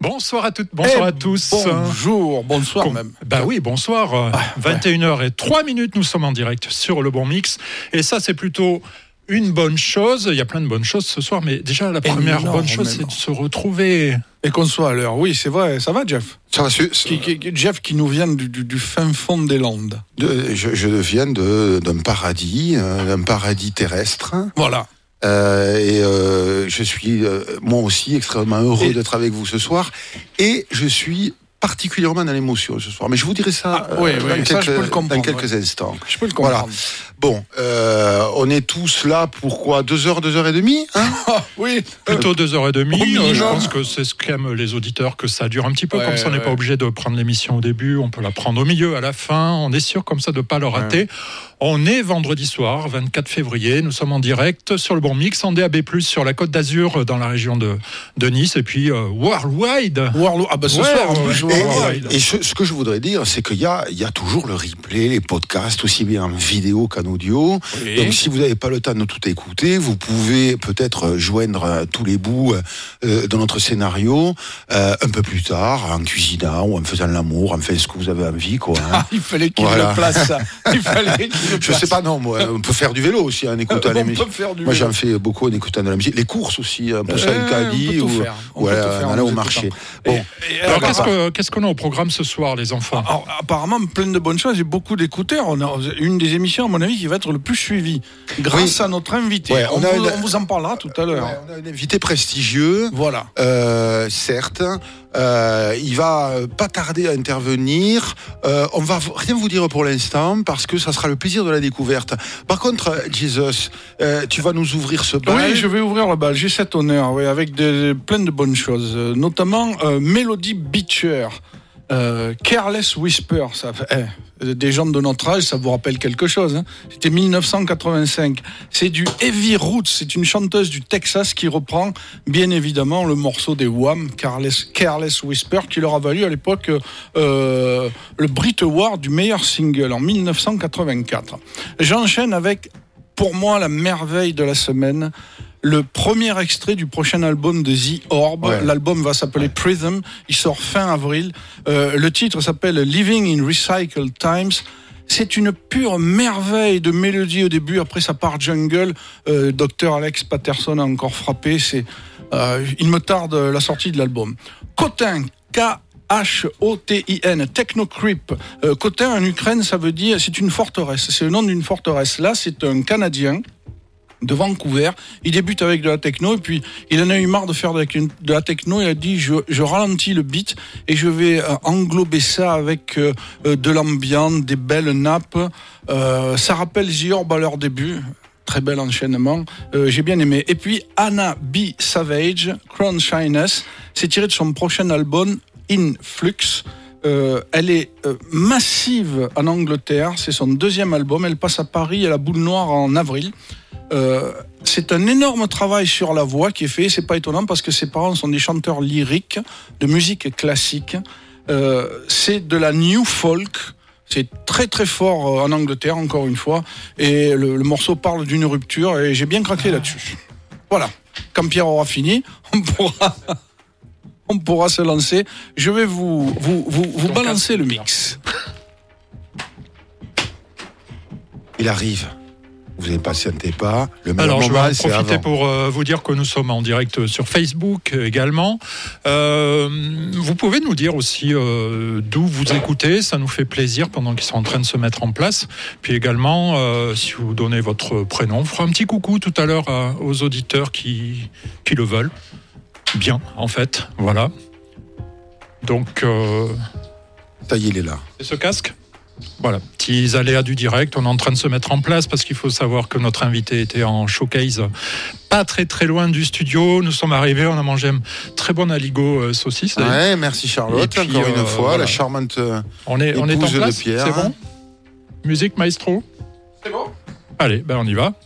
Bonsoir à toutes, bonsoir à tous. Bonsoir même. Bah oui, bonsoir. 21h03, nous sommes en direct sur Le Bon Mix. Et ça, c'est plutôt une bonne chose. Il y a plein de bonnes choses ce soir, mais déjà, la première bonne chose, c'est de se retrouver. Et qu'on soit à l'heure. Oui, c'est vrai. Ça va, Jeff? Ça va, Jeff qui nous vient du fin fond des Landes. Je viens d'un paradis terrestre. Voilà. Je suis moi aussi extrêmement heureux d'être avec vous ce soir, et je suis particulièrement dans l'émotion ce soir. Mais je vous dirai ça, dans quelques instants. Je peux le comprendre. Voilà. Bon, on est tous là pour quoi? 2 heures, 2 heures et demie, hein? Oui. Plutôt 2h30. Je pense que c'est ce qu'aiment les auditeurs, que ça dure un petit peu. Comme ça, on n'est pas obligé de prendre l'émission au début. On peut la prendre au milieu, à la fin. On est sûr comme ça de ne pas le rater. On est vendredi soir, 24 février. Nous sommes en direct sur Le Bon Mix, en DAB+, sur la Côte d'Azur, dans la région de Nice. Et puis, worldwide. Ce soir, en plus, et ce que je voudrais dire, c'est qu'il y a toujours le replay, les podcasts, aussi bien en vidéo qu'en audio. Oui. Donc, si vous n'avez pas le temps de tout écouter, vous pouvez peut-être joindre tous les bouts de notre scénario un peu plus tard, en cuisinant ou en faisant l'amour, en faisant ce que vous avez envie, quoi. Hein. Il fallait qu'il le place, ça. Je sais pas, non, moi, on peut faire du vélo aussi en écoutant la musique. Moi, j'en fais beaucoup en écoutant de la musique. Les courses aussi, un peu ça, le caddie, ou aller au marché. Bon. Alors, qu'est-ce qu'on a au programme ce soir, les enfants? Alors, apparemment, plein de bonnes choses et beaucoup d'écouteurs. On a une des émissions, à mon avis, qui va être le plus suivie, grâce à notre invité. Ouais, on vous en parlera tout à l'heure. Ouais, on a un invité prestigieux, voilà. Certes. Il va pas tarder à intervenir. On va rien vous dire pour l'instant parce que ça sera le plaisir de la découverte. Par contre, Jesus, tu vas nous ouvrir ce bal. Oui, je vais ouvrir le bal. J'ai cet honneur, avec plein de bonnes choses, notamment Melody Beecher. Careless Whisper, ça, des gens de notre âge, ça vous rappelle quelque chose, hein. C'était 1985. C'est du Heavy Roots, c'est une chanteuse du Texas qui reprend bien évidemment le morceau des Wham, Careless Whisper, qui leur a valu à l'époque le Brit Award du meilleur single en 1984. J'enchaîne avec, pour moi, la merveille de la semaine, le premier extrait du prochain album de The Orb. Ouais. L'album va s'appeler Prism. Il sort fin avril. Le titre s'appelle Living in Recycled Times. C'est une pure merveille de mélodie au début. Après, ça part jungle. Dr. Alex Patterson a encore frappé. Il me tarde la sortie de l'album. Khotin, Khotin, Techno Creep. Khotin en Ukraine, ça veut dire, c'est une forteresse. C'est le nom d'une forteresse. Là, c'est un Canadien de Vancouver. Il débute avec de la techno et puis il en a eu marre de faire de la techno. Il a dit je ralentis le beat et je vais englober ça avec de l'ambiance, des belles nappes. Ça rappelle The Orb à leur début. Très bel enchaînement. J'ai bien aimé. Et puis Anna B. Savage, Crown Shyness. C'est tiré de son prochain album In Flux. Elle est massive en Angleterre. C'est son 2e album. Elle passe à Paris à la Boule Noire en avril. C'est un énorme travail sur la voix qui est fait. C'est pas étonnant parce que ses parents sont des chanteurs lyriques de musique classique. C'est de la new folk. C'est très très fort en Angleterre, encore une fois. Et le morceau parle d'une rupture et j'ai bien craqué là-dessus. Voilà. Quand Pierre aura fini, on pourra se lancer. Je vais vous balancer le mix. Il arrive. Vous n'impatientez pas. Alors, je vais en profiter pour vous dire que nous sommes en direct sur Facebook également. Vous pouvez nous dire aussi d'où vous écoutez. Ça nous fait plaisir pendant qu'ils sont en train de se mettre en place. Puis également, si vous donnez votre prénom, on fera un petit coucou tout à l'heure aux auditeurs qui le veulent. Bien, en fait. Voilà. Donc... Ça y est, il est là. C'est ce casque ? Voilà, petits aléas du direct, on est en train de se mettre en place parce qu'il faut savoir que notre invité était en showcase pas très très loin du studio. Nous sommes arrivés, on a mangé un très bon aligot saucisse. Ouais, merci Charlotte, puis, encore une fois, voilà. La charmante on est en place, de Pierre. C'est bon. Musique maestro. C'est bon. Allez, on y va.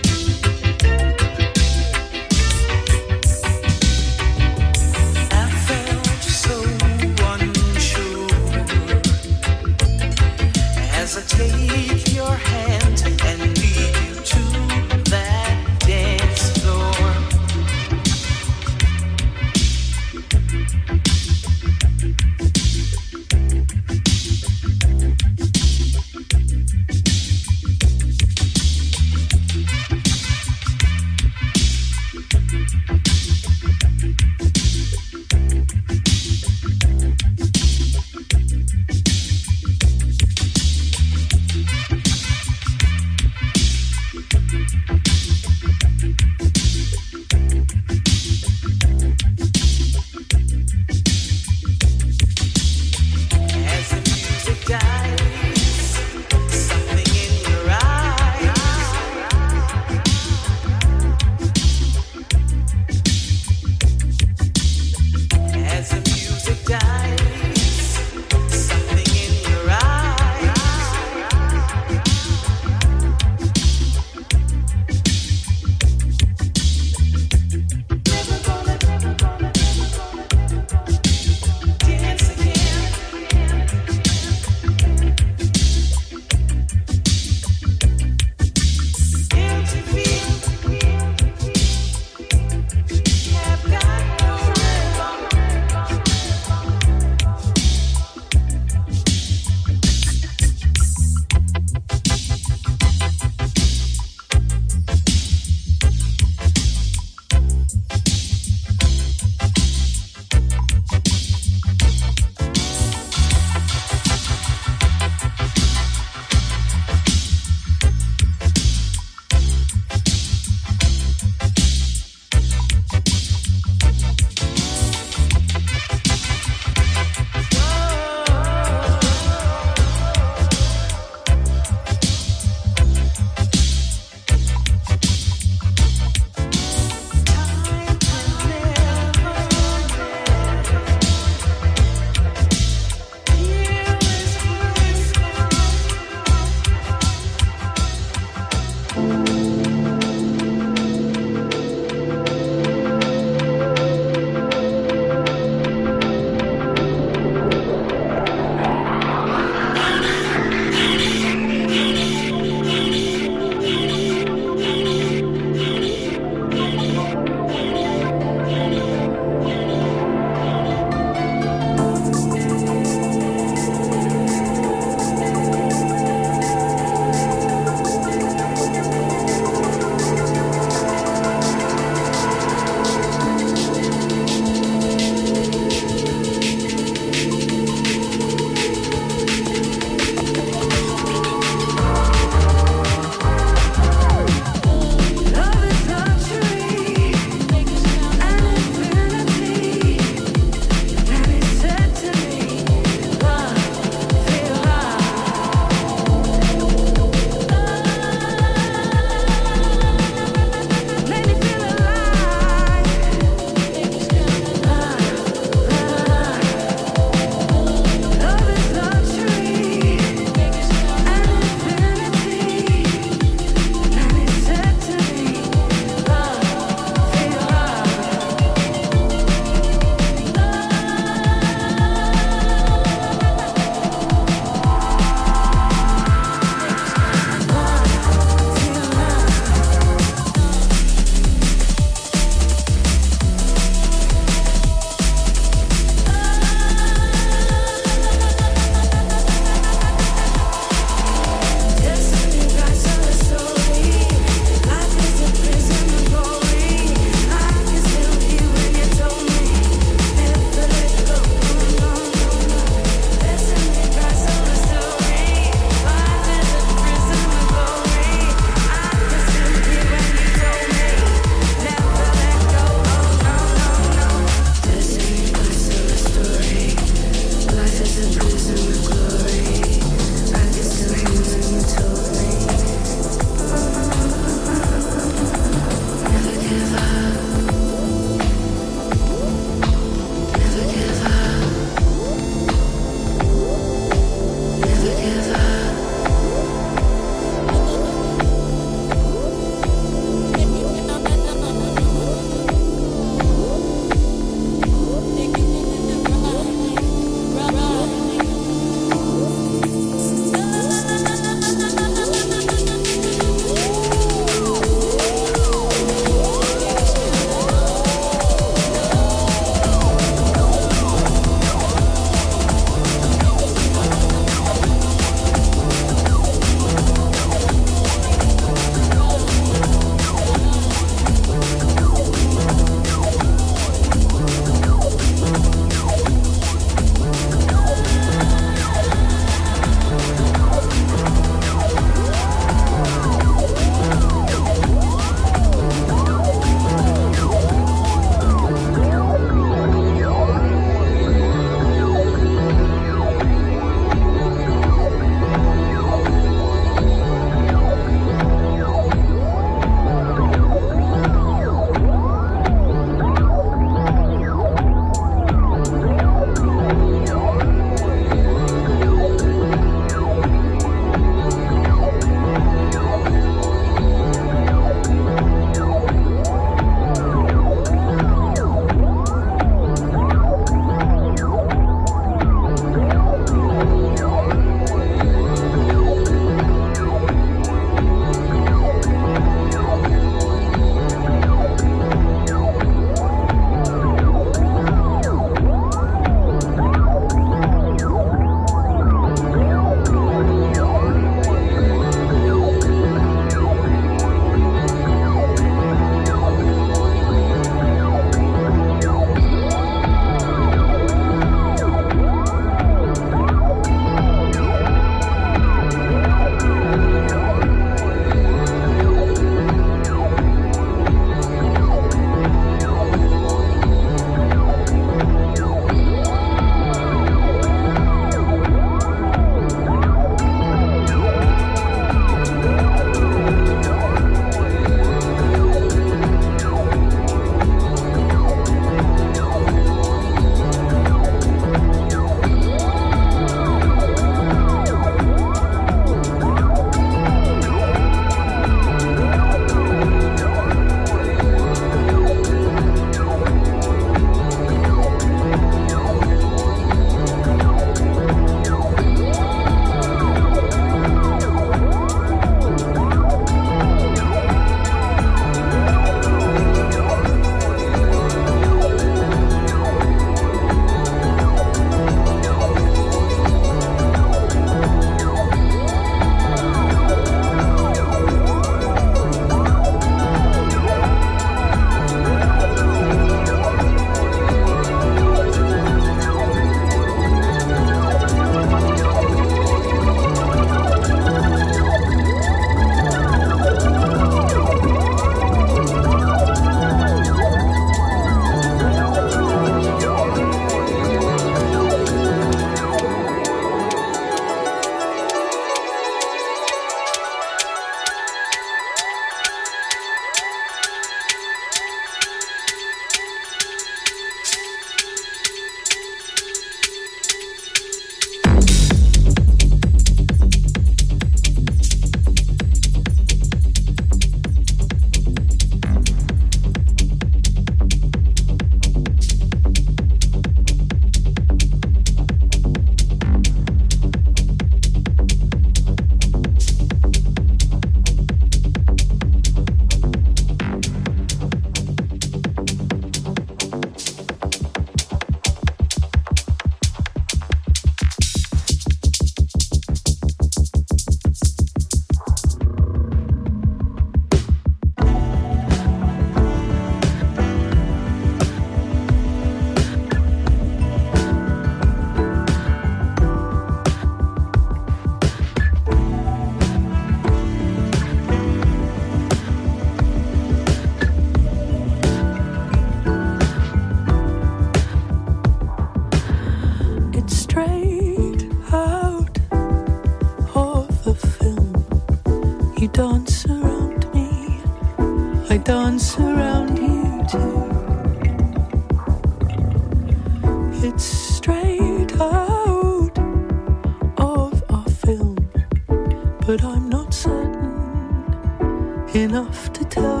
but I'm not certain enough to tell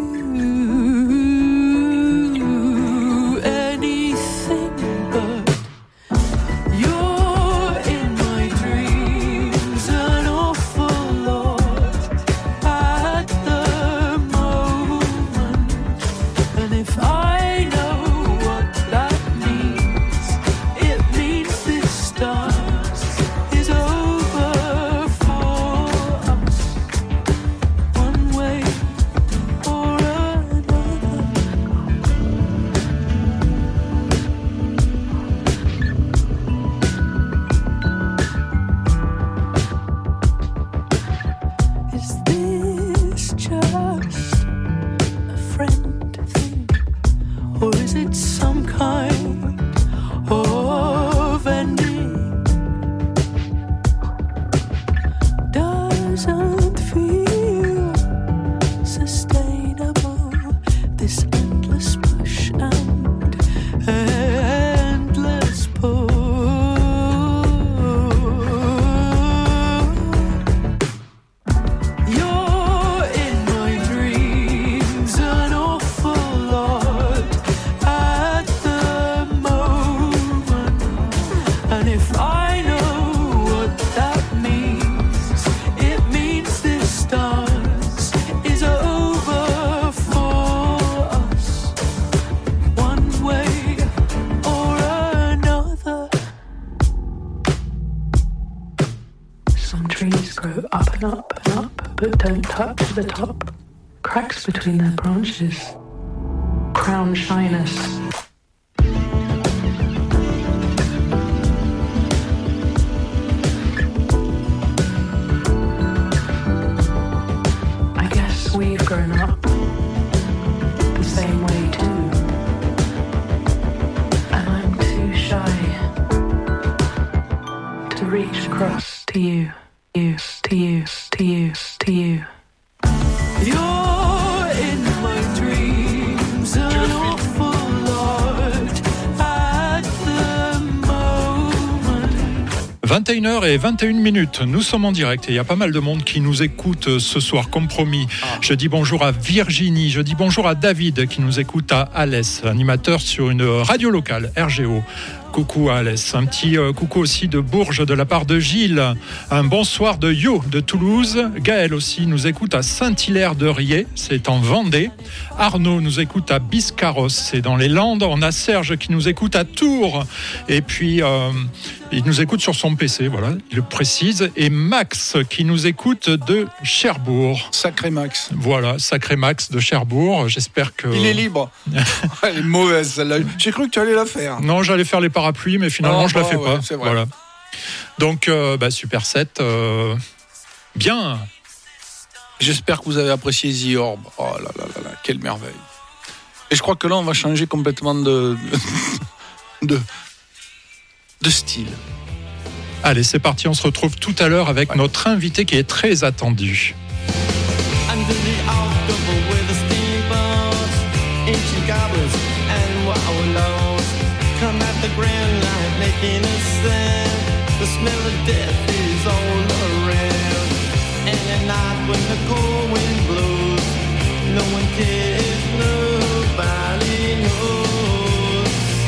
you anything, but you're in my dreams an awful lot at the moment, and if I know what that means, it means this dance is over for us, one way or another. Is this just a friend thing, or is it some kind of ending? Doesn't feel sustainable, this endless push and endless pull. You're in my dreams an awful lot at the moment, and if I know what that means, it means this dance is over for us, one way or another. Some trees grow up and up and up, but don't touch the top. Cracks between their branches, crown shyness. I guess we've grown up the same way too, and I'm too shy to reach across to you, you, to you, to you, to you. You're in my dreams an awful lot at the moment. 21h21, nous sommes en direct et il y a pas mal de monde qui nous écoute ce soir, comme promis. Je dis bonjour à Virginie, je dis bonjour à David qui nous écoute à Alès, animateur sur une radio locale, RGO. Coucou à Alès, un petit coucou aussi de Bourges de la part de Gilles, un bonsoir de Yo de Toulouse, Gaël aussi nous écoute à Saint-Hilaire-de-Riez, c'est en Vendée, Arnaud nous écoute à Biscarrosse, c'est dans les Landes, on a Serge qui nous écoute à Tours, et puis il nous écoute sur son PC, voilà, il le précise, et Max qui nous écoute de Cherbourg. Sacré Max. Voilà, sacré Max de Cherbourg, j'espère que... Il est libre. Elle est mauvaise celle-là. J'ai cru que tu allais la faire. Non, j'allais faire les parapluies, mais finalement je la fais pas. C'est vrai. Voilà. Donc, Super 7, bien. J'espère que vous avez apprécié The Orb. Oh là là là là, quelle merveille. Et je crois que là, on va changer complètement de style. Allez, c'est parti, on se retrouve tout à l'heure avec notre invité qui est très attendu. Under the October with the steamboats, ancient goblins and wallows come at the grand line making a sound. The smell of death is all around. And at night when the cold wind blows, no one cares, nobody knows.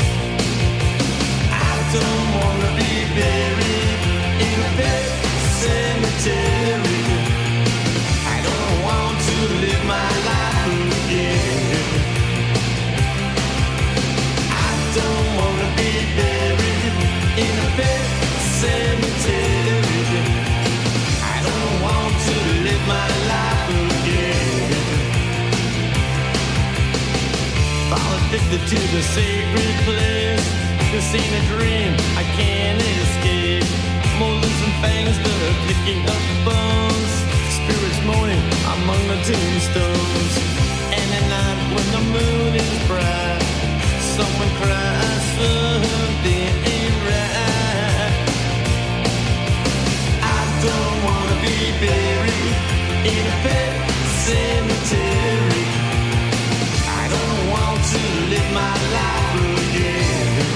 I don't wanna be buried in a pet cemetery. I don't want to live my life again. I don't wanna be buried in a pet cemetery. I don't want to live my life again. Fall addicted to the sacred place. This ain't a dream, I can't escape. Molars and fangs that are picking up bones. Spirits moaning among the tombstones. And at night when the moon is bright, someone cries something ain't right. I don't wanna be buried in a pet cemetery. I don't want to live my life again.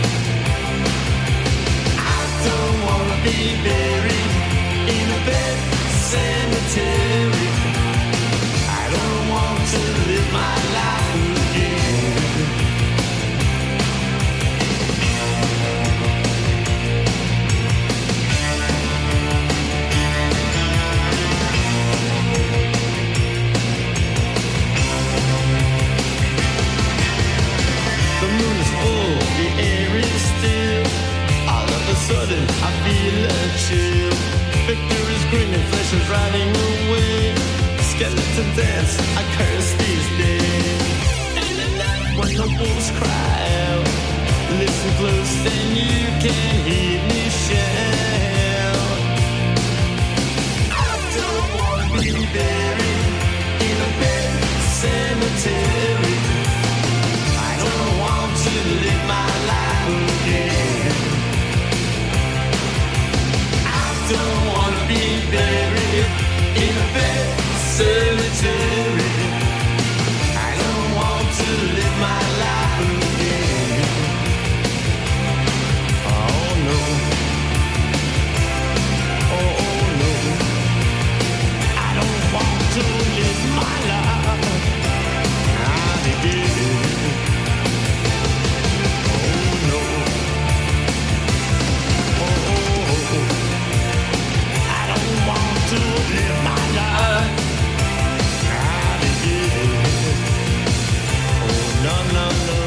I don't wanna be buried in a bed cemetery. I don't want to live my life again. The moon is full, the air is still. All of a sudden I feel a chill. Victor is grinning, flesh is riding away. Skeleton dance, I curse these days. When the wolves cry out, listen close and you can hear me shout. I don't want to be buried in a pet cemetery. I don't want to live my life again. I don't want to be buried in a pet cemetery. I don't want to live my life again. Oh no. Oh no. I don't want to live my life again. Oh no. Oh, I don't want to live my life. No, no, no.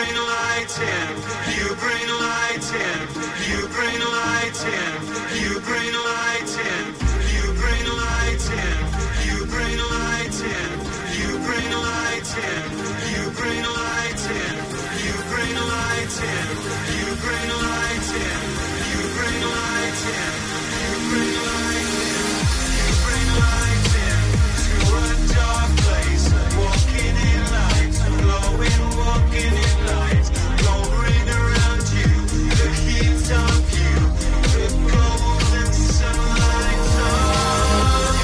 bring light in, you bring light in, you bring light in, you bring light in, you bring light in, you bring light in, you bring light in, you bring light in, you bring light in, you bring light in, you bring light in, you bring light in, you bring light in to a dark place, walking in light, glowing, walking in light, glowing around you, the heat of you, the golden sunlight of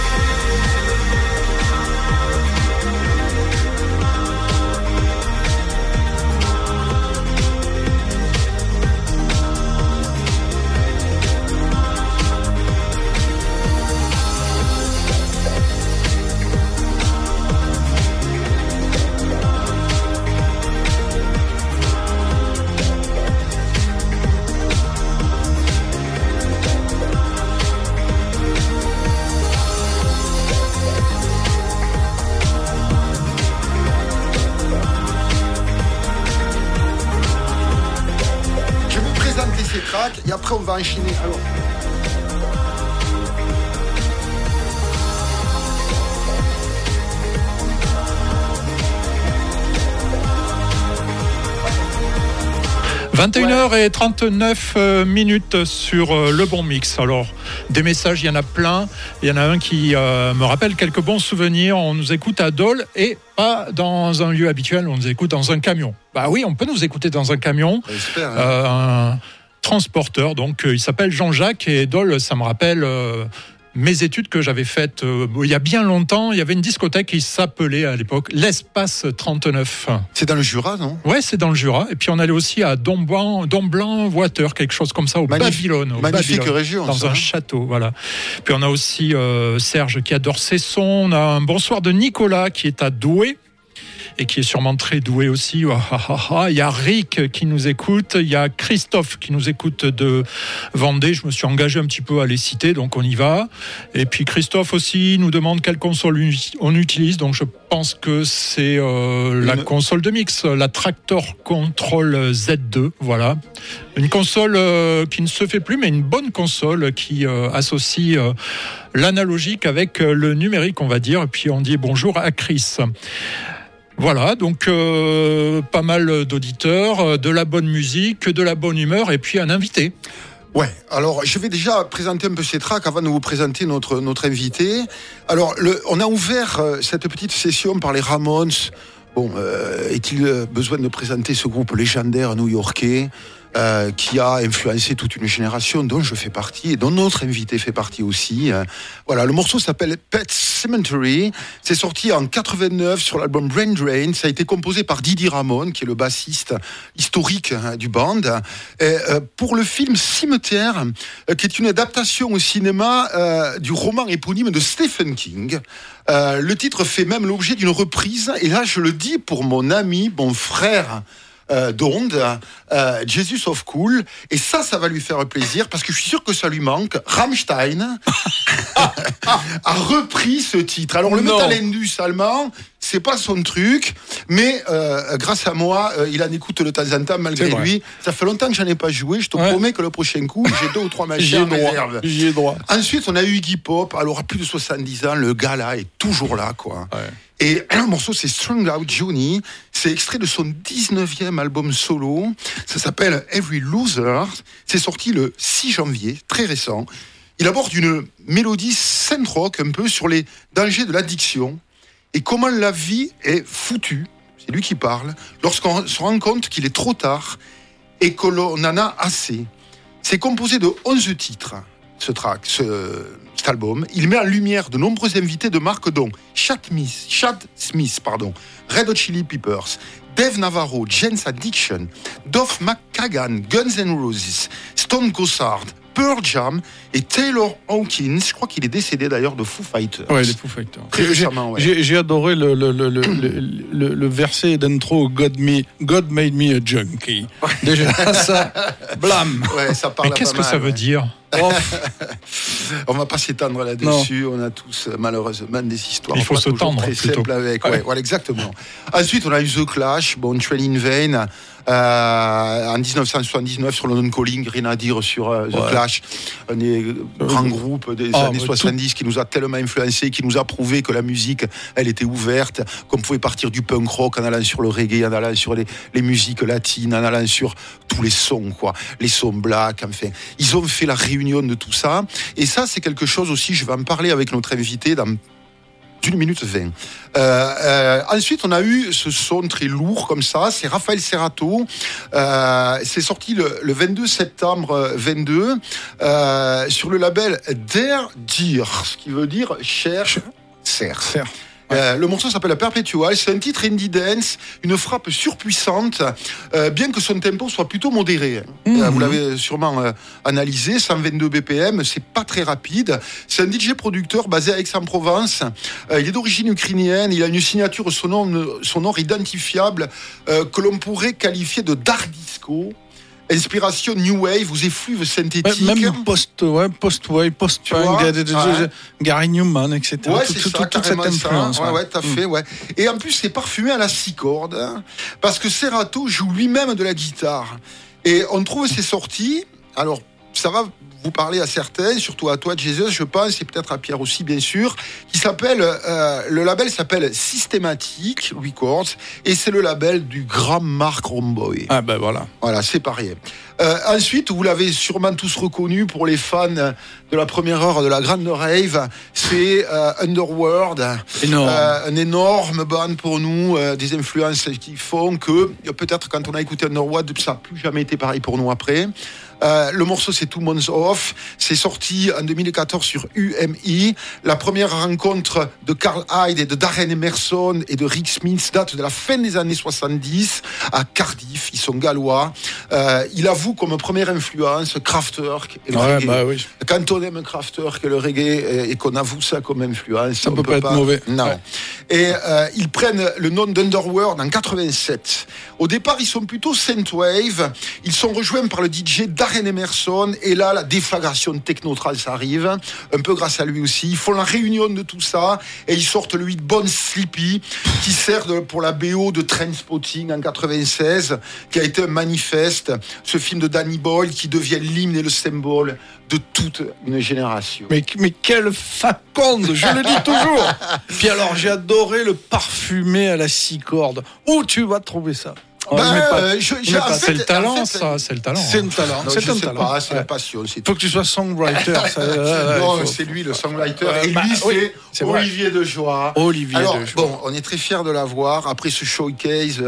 Je vais vous présenter ces tracks et après on va enchaîner. Alors, « 21h39 minutes sur le bon mix. Alors, des messages, il y en a plein. Il y en a un qui me rappelle quelques bons souvenirs. On nous écoute à Dole et pas dans un lieu habituel. On nous écoute dans un camion. Bah oui, on peut nous écouter dans un camion. j'espère. Un transporteur, donc il s'appelle Jean-Jacques. Et Dole, ça me rappelle mes études que j'avais faites il y a bien longtemps. Il y avait une discothèque qui s'appelait à l'époque l'Espace 39. C'est dans le Jura, non? Ouais, c'est dans le Jura. Et puis on allait aussi à Domblanc-Water, quelque chose comme ça, au Babylone. Magnifique région. Dans un château, voilà. Puis on a aussi Serge qui adore ses sons. On a un bonsoir de Nicolas qui est à Douai et qui est sûrement très doué aussi. Il y a Rick qui nous écoute, il y a Christophe qui nous écoute de Vendée. Je me suis engagé un petit peu à les citer, donc on y va. Et puis Christophe aussi nous demande quelle console on utilise, donc je pense que c'est la console de mix, la Tractor Control Z2, voilà. Une console qui ne se fait plus, mais une bonne console qui associe l'analogique avec le numérique, on va dire. Et puis on dit bonjour à Chris. Voilà, donc pas mal d'auditeurs, de la bonne musique, de la bonne humeur et puis un invité. Ouais, alors je vais déjà présenter un peu ces tracks avant de vous présenter notre invité. Alors, on a ouvert cette petite session par les Ramones. Bon, est-il besoin de présenter ce groupe légendaire new-yorkais qui a influencé toute une génération dont je fais partie et dont notre invité fait partie aussi. Voilà, le morceau s'appelle Pet Cemetery. C'est sorti en 89 sur l'album Brain Drain. Ça a été composé par Didi Ramone, qui est le bassiste historique du band. Et, pour le film Cimetière, qui est une adaptation au cinéma du roman éponyme de Stephen King. Le titre fait même l'objet d'une reprise. Et là, je le dis pour mon ami, mon frère d'onde, Jesus of Cool, et ça va lui faire plaisir parce que je suis sûr que ça lui manque. Rammstein a repris ce titre. Alors le metal indus allemand, c'est pas son truc, mais grâce à moi, il en écoute de temps en temps malgré lui. Ça fait longtemps que j'en ai pas joué. Je te promets que le prochain coup, j'ai 2 ou 3 machines en réserve. J'y ai droit. Ensuite, on a eu Iggy Pop. Alors à plus de 70 ans, le gars là est toujours là, quoi. Ouais. Et le morceau, c'est Strung Out Johnny. C'est extrait de son 19e album solo. Ça s'appelle Every Loser. C'est sorti le 6 janvier, très récent. Il aborde une mélodie synth rock un peu sur les dangers de l'addiction et comment la vie est foutue. C'est lui qui parle. Lorsqu'on se rend compte qu'il est trop tard et que l'on en a assez. C'est composé de 11 titres, cet album. Il met en lumière de nombreux invités de marque dont Chad Smith, Red Hot Chili Peppers, Dave Navarro, Jane's Addiction, Duff McKagan, Guns N' Roses, Stone Gossard, Pearl Jam et Taylor Hawkins. Je crois qu'il est décédé d'ailleurs de Foo Fighters. Ouais, les Foo Fighters. Très récemment, ouais. J'ai adoré le verset d'intro God made me a junkie. Déjà ça, blam. Ouais, ça parle. Mais qu'est-ce que ça veut dire ? On va pas s'étendre là-dessus. Non. On a tous malheureusement des histoires. Il faut se tendre très plutôt. Simples avec. Ouais, voilà, exactement. Ensuite, on a eu The Clash, Train in Vain. En 1979 sur London Calling, rien à dire sur The Clash, un des grands groupes des années 70 qui nous a tellement influencé, qui nous a prouvé que la musique, elle était ouverte, qu'on pouvait partir du punk rock en allant sur le reggae, en allant sur les musiques latines, en allant sur tous les sons, quoi, les sons black, enfin. Ils ont fait la réunion de tout ça, et ça, c'est quelque chose aussi, je vais en parler avec notre invité dans 1 minute 20. Ensuite, on a eu ce son très lourd comme ça, c'est Raphaël Cerato. C'est sorti le 22 septembre 22 sur le label Der Deer, ce qui veut dire cher, cerf. Le morceau s'appelle Perpetual, c'est un titre indie dance, une frappe surpuissante, bien que son tempo soit plutôt modéré. Vous l'avez sûrement analysé, 122 BPM, c'est pas très rapide. C'est un DJ producteur basé à Aix-en-Provence. Il est d'origine ukrainienne, il a une signature sonore identifiable que l'on pourrait qualifier de dark disco. Inspiration new wave, aux effluves synthétiques. Même post-wave, post-punk, Gary Newman, etc. Ouais, c'est ça, toute cette influence. Ouais, t'as fait, ouais. Et en plus, c'est parfumé à la 6 cordes, hein, parce que Cerato joue lui-même de la guitare. Et on trouve ses sorties, alors, ça va vous parler à certains, surtout à toi, Jesus, je pense, et peut-être à Pierre aussi, bien sûr, qui s'appelle, le label s'appelle Systematic Records, et c'est le label du grand Mark Romboy. Ah ben voilà. Voilà, c'est pareil. Ensuite, vous l'avez sûrement tous reconnu pour les fans de la première heure de la grande rave, c'est Underworld, un énorme band pour nous, des influences qui font que peut-être quand on a écouté Underworld, ça n'a plus jamais été pareil pour nous après. Le morceau c'est 2 Months Off, c'est sorti en 2014 sur UMI. La première rencontre de Carl Hyde et de Darren Emerson et de Rick Smith date de la fin des années 70 à Cardiff, ils sont gallois. Il avoue comme première influence Kraftwerk et le reggae. Bah oui. Quand on aime Kraftwerk et le reggae et qu'on avoue ça comme influence, ça peut pas être mauvais. Non. Ouais. Et ils prennent le nom d'Underworld en 87. Au départ, ils sont plutôt synthwave. Ils sont rejoints par le DJ Darren Emerson, et là la déflagration techno-trance arrive, un peu grâce à lui aussi. Ils font la réunion de tout ça et ils sortent le hit Bone Sleepy qui sert pour la BO de Trainspotting en 96, qui a été un manifeste, ce film de Danny Boyle qui devient l'hymne et le symbole de toute une génération. Mais quelle faconde, je le dis toujours. Puis alors j'ai adoré le parfumé à la 6 cordes. Où tu vas trouver ça? C'est le talent, ça. C'est le talent. C'est un talent. Non, c'est un talent. C'est la passion. Il faut que tu sois songwriter. Non, c'est lui le songwriter. Et lui, c'est Olivier Dejoie. Alors, bon, on est très fiers de l'avoir. Après ce showcase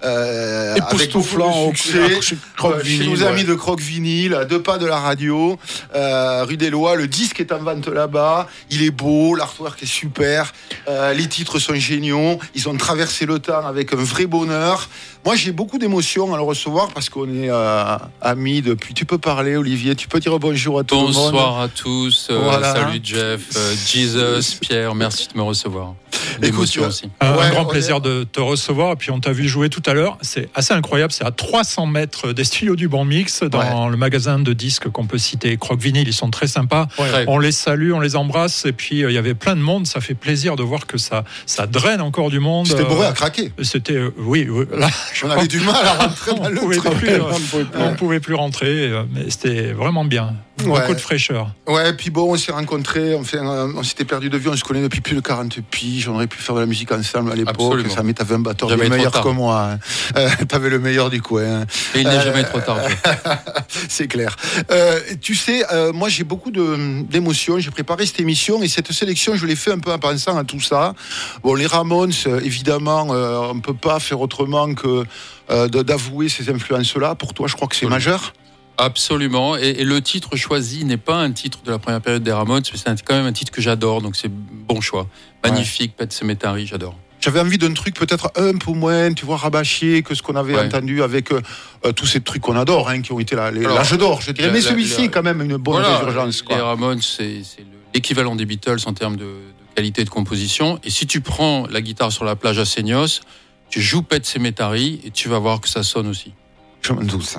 époustouflant chez nos amis de Croque Vinyl, à 2 pas de la radio, rue des Lois. Le disque est en vente là-bas. Il est beau, l'artwork est super. Les titres sont géniaux. Ils ont traversé le temps avec un vrai bonheur. Moi, j'ai beaucoup d'émotions à le recevoir parce qu'on est amis depuis. Tu peux parler, Olivier, tu peux dire bonjour à tout le monde. Bonsoir à tous. Voilà. Salut Jeff, Jesus, Pierre, merci de me recevoir. L'émotion aussi. Un grand plaisir de te recevoir. Et puis on t'a vu jouer tout à l'heure. C'est assez incroyable. C'est à 300 mètres des studios du Bon Mix, dans le magasin de disques qu'on peut citer, Croque Vinyl. Ils sont très sympas. Ouais. On les salue, on les embrasse. Et puis il y avait plein de monde. Ça fait plaisir de voir que ça draine encore du monde. C'était bourré à craquer. C'était oui. Là, on avait du mal à rentrer dans le truc. On pouvait plus rentrer. Mais c'était vraiment bien. Beaucoup de fraîcheur. Ouais, et puis bon, on s'est rencontrés, on s'était perdu de vue, on se connaît depuis plus de 40 piges, on aurait pu faire de la musique ensemble à l'époque. Absolument. Ça m'est, t'avais un batteur bien meilleur que moi. T'avais le meilleur du coin. Et il n'est jamais trop tard. C'est clair. Tu sais, moi j'ai beaucoup d'émotions, j'ai préparé cette émission et cette sélection, je l'ai fait un peu en pensant à tout ça. Bon, les Ramones, évidemment, on ne peut pas faire autrement que d'avouer ces influences-là. Pour toi, je crois que c'est majeur. Absolument, et le titre choisi n'est pas un titre de la première période des Ramones, mais c'est quand même un titre que j'adore, donc c'est bon choix. Magnifique, Pet Sematary, j'adore. J'avais envie d'un truc peut-être un peu moins, tu vois, rabâché que ce qu'on avait entendu avec tous ces trucs qu'on adore, hein, qui ont été l'âge d'or, je dirais. Mais celui-ci est quand même une bonne résurgence. Les Ramones, c'est l'équivalent des Beatles en termes de qualité de composition, et si tu prends la guitare sur la plage à Seignos, tu joues Pet Sematary et tu vas voir que ça sonne aussi. Je m'en doute ça.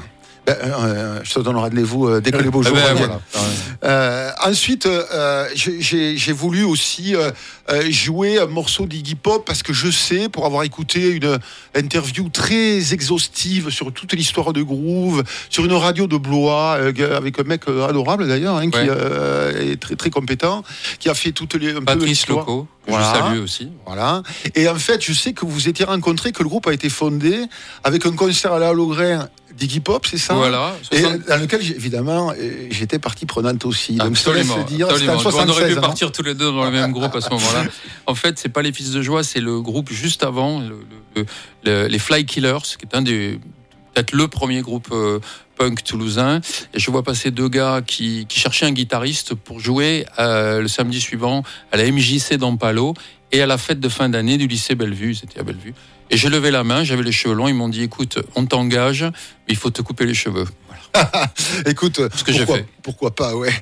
Je te donne rendez-vous dès que les beaux jours reviennent. Ensuite, j'ai voulu aussi jouer un morceau d'Iggy Pop parce que je sais, pour avoir écouté une interview très exhaustive sur toute l'histoire de Groove, sur une radio de Blois, avec un mec adorable d'ailleurs, qui est très très compétent, qui a fait toutes les Patrice Loco. Je salue aussi. Voilà. Et en fait, je sais que vous étiez rencontrés, que le groupe a été fondé avec un concert à la Holograin d'Iggy Pop, c'est ça? Voilà. Et dans lequel, évidemment, j'étais partie prenante aussi. Donc, absolument. Dire, absolument. On aurait pu partir tous les deux dans le même groupe à ce moment-là. En fait, c'est pas les Fils de Joie, c'est le groupe juste avant, les Fly Killers, qui est peut-être le premier groupe punk toulousain. Et je vois passer deux gars qui cherchaient un guitariste pour jouer le samedi suivant à la MJC d'Ampalo et à la fête de fin d'année du lycée Bellevue. C'était à Bellevue. Et j'ai levé la main, j'avais les cheveux longs. Ils m'ont dit, écoute, on t'engage, mais il faut te couper les cheveux. Voilà. Écoute, ce que j'ai fait. Pourquoi pas, ouais.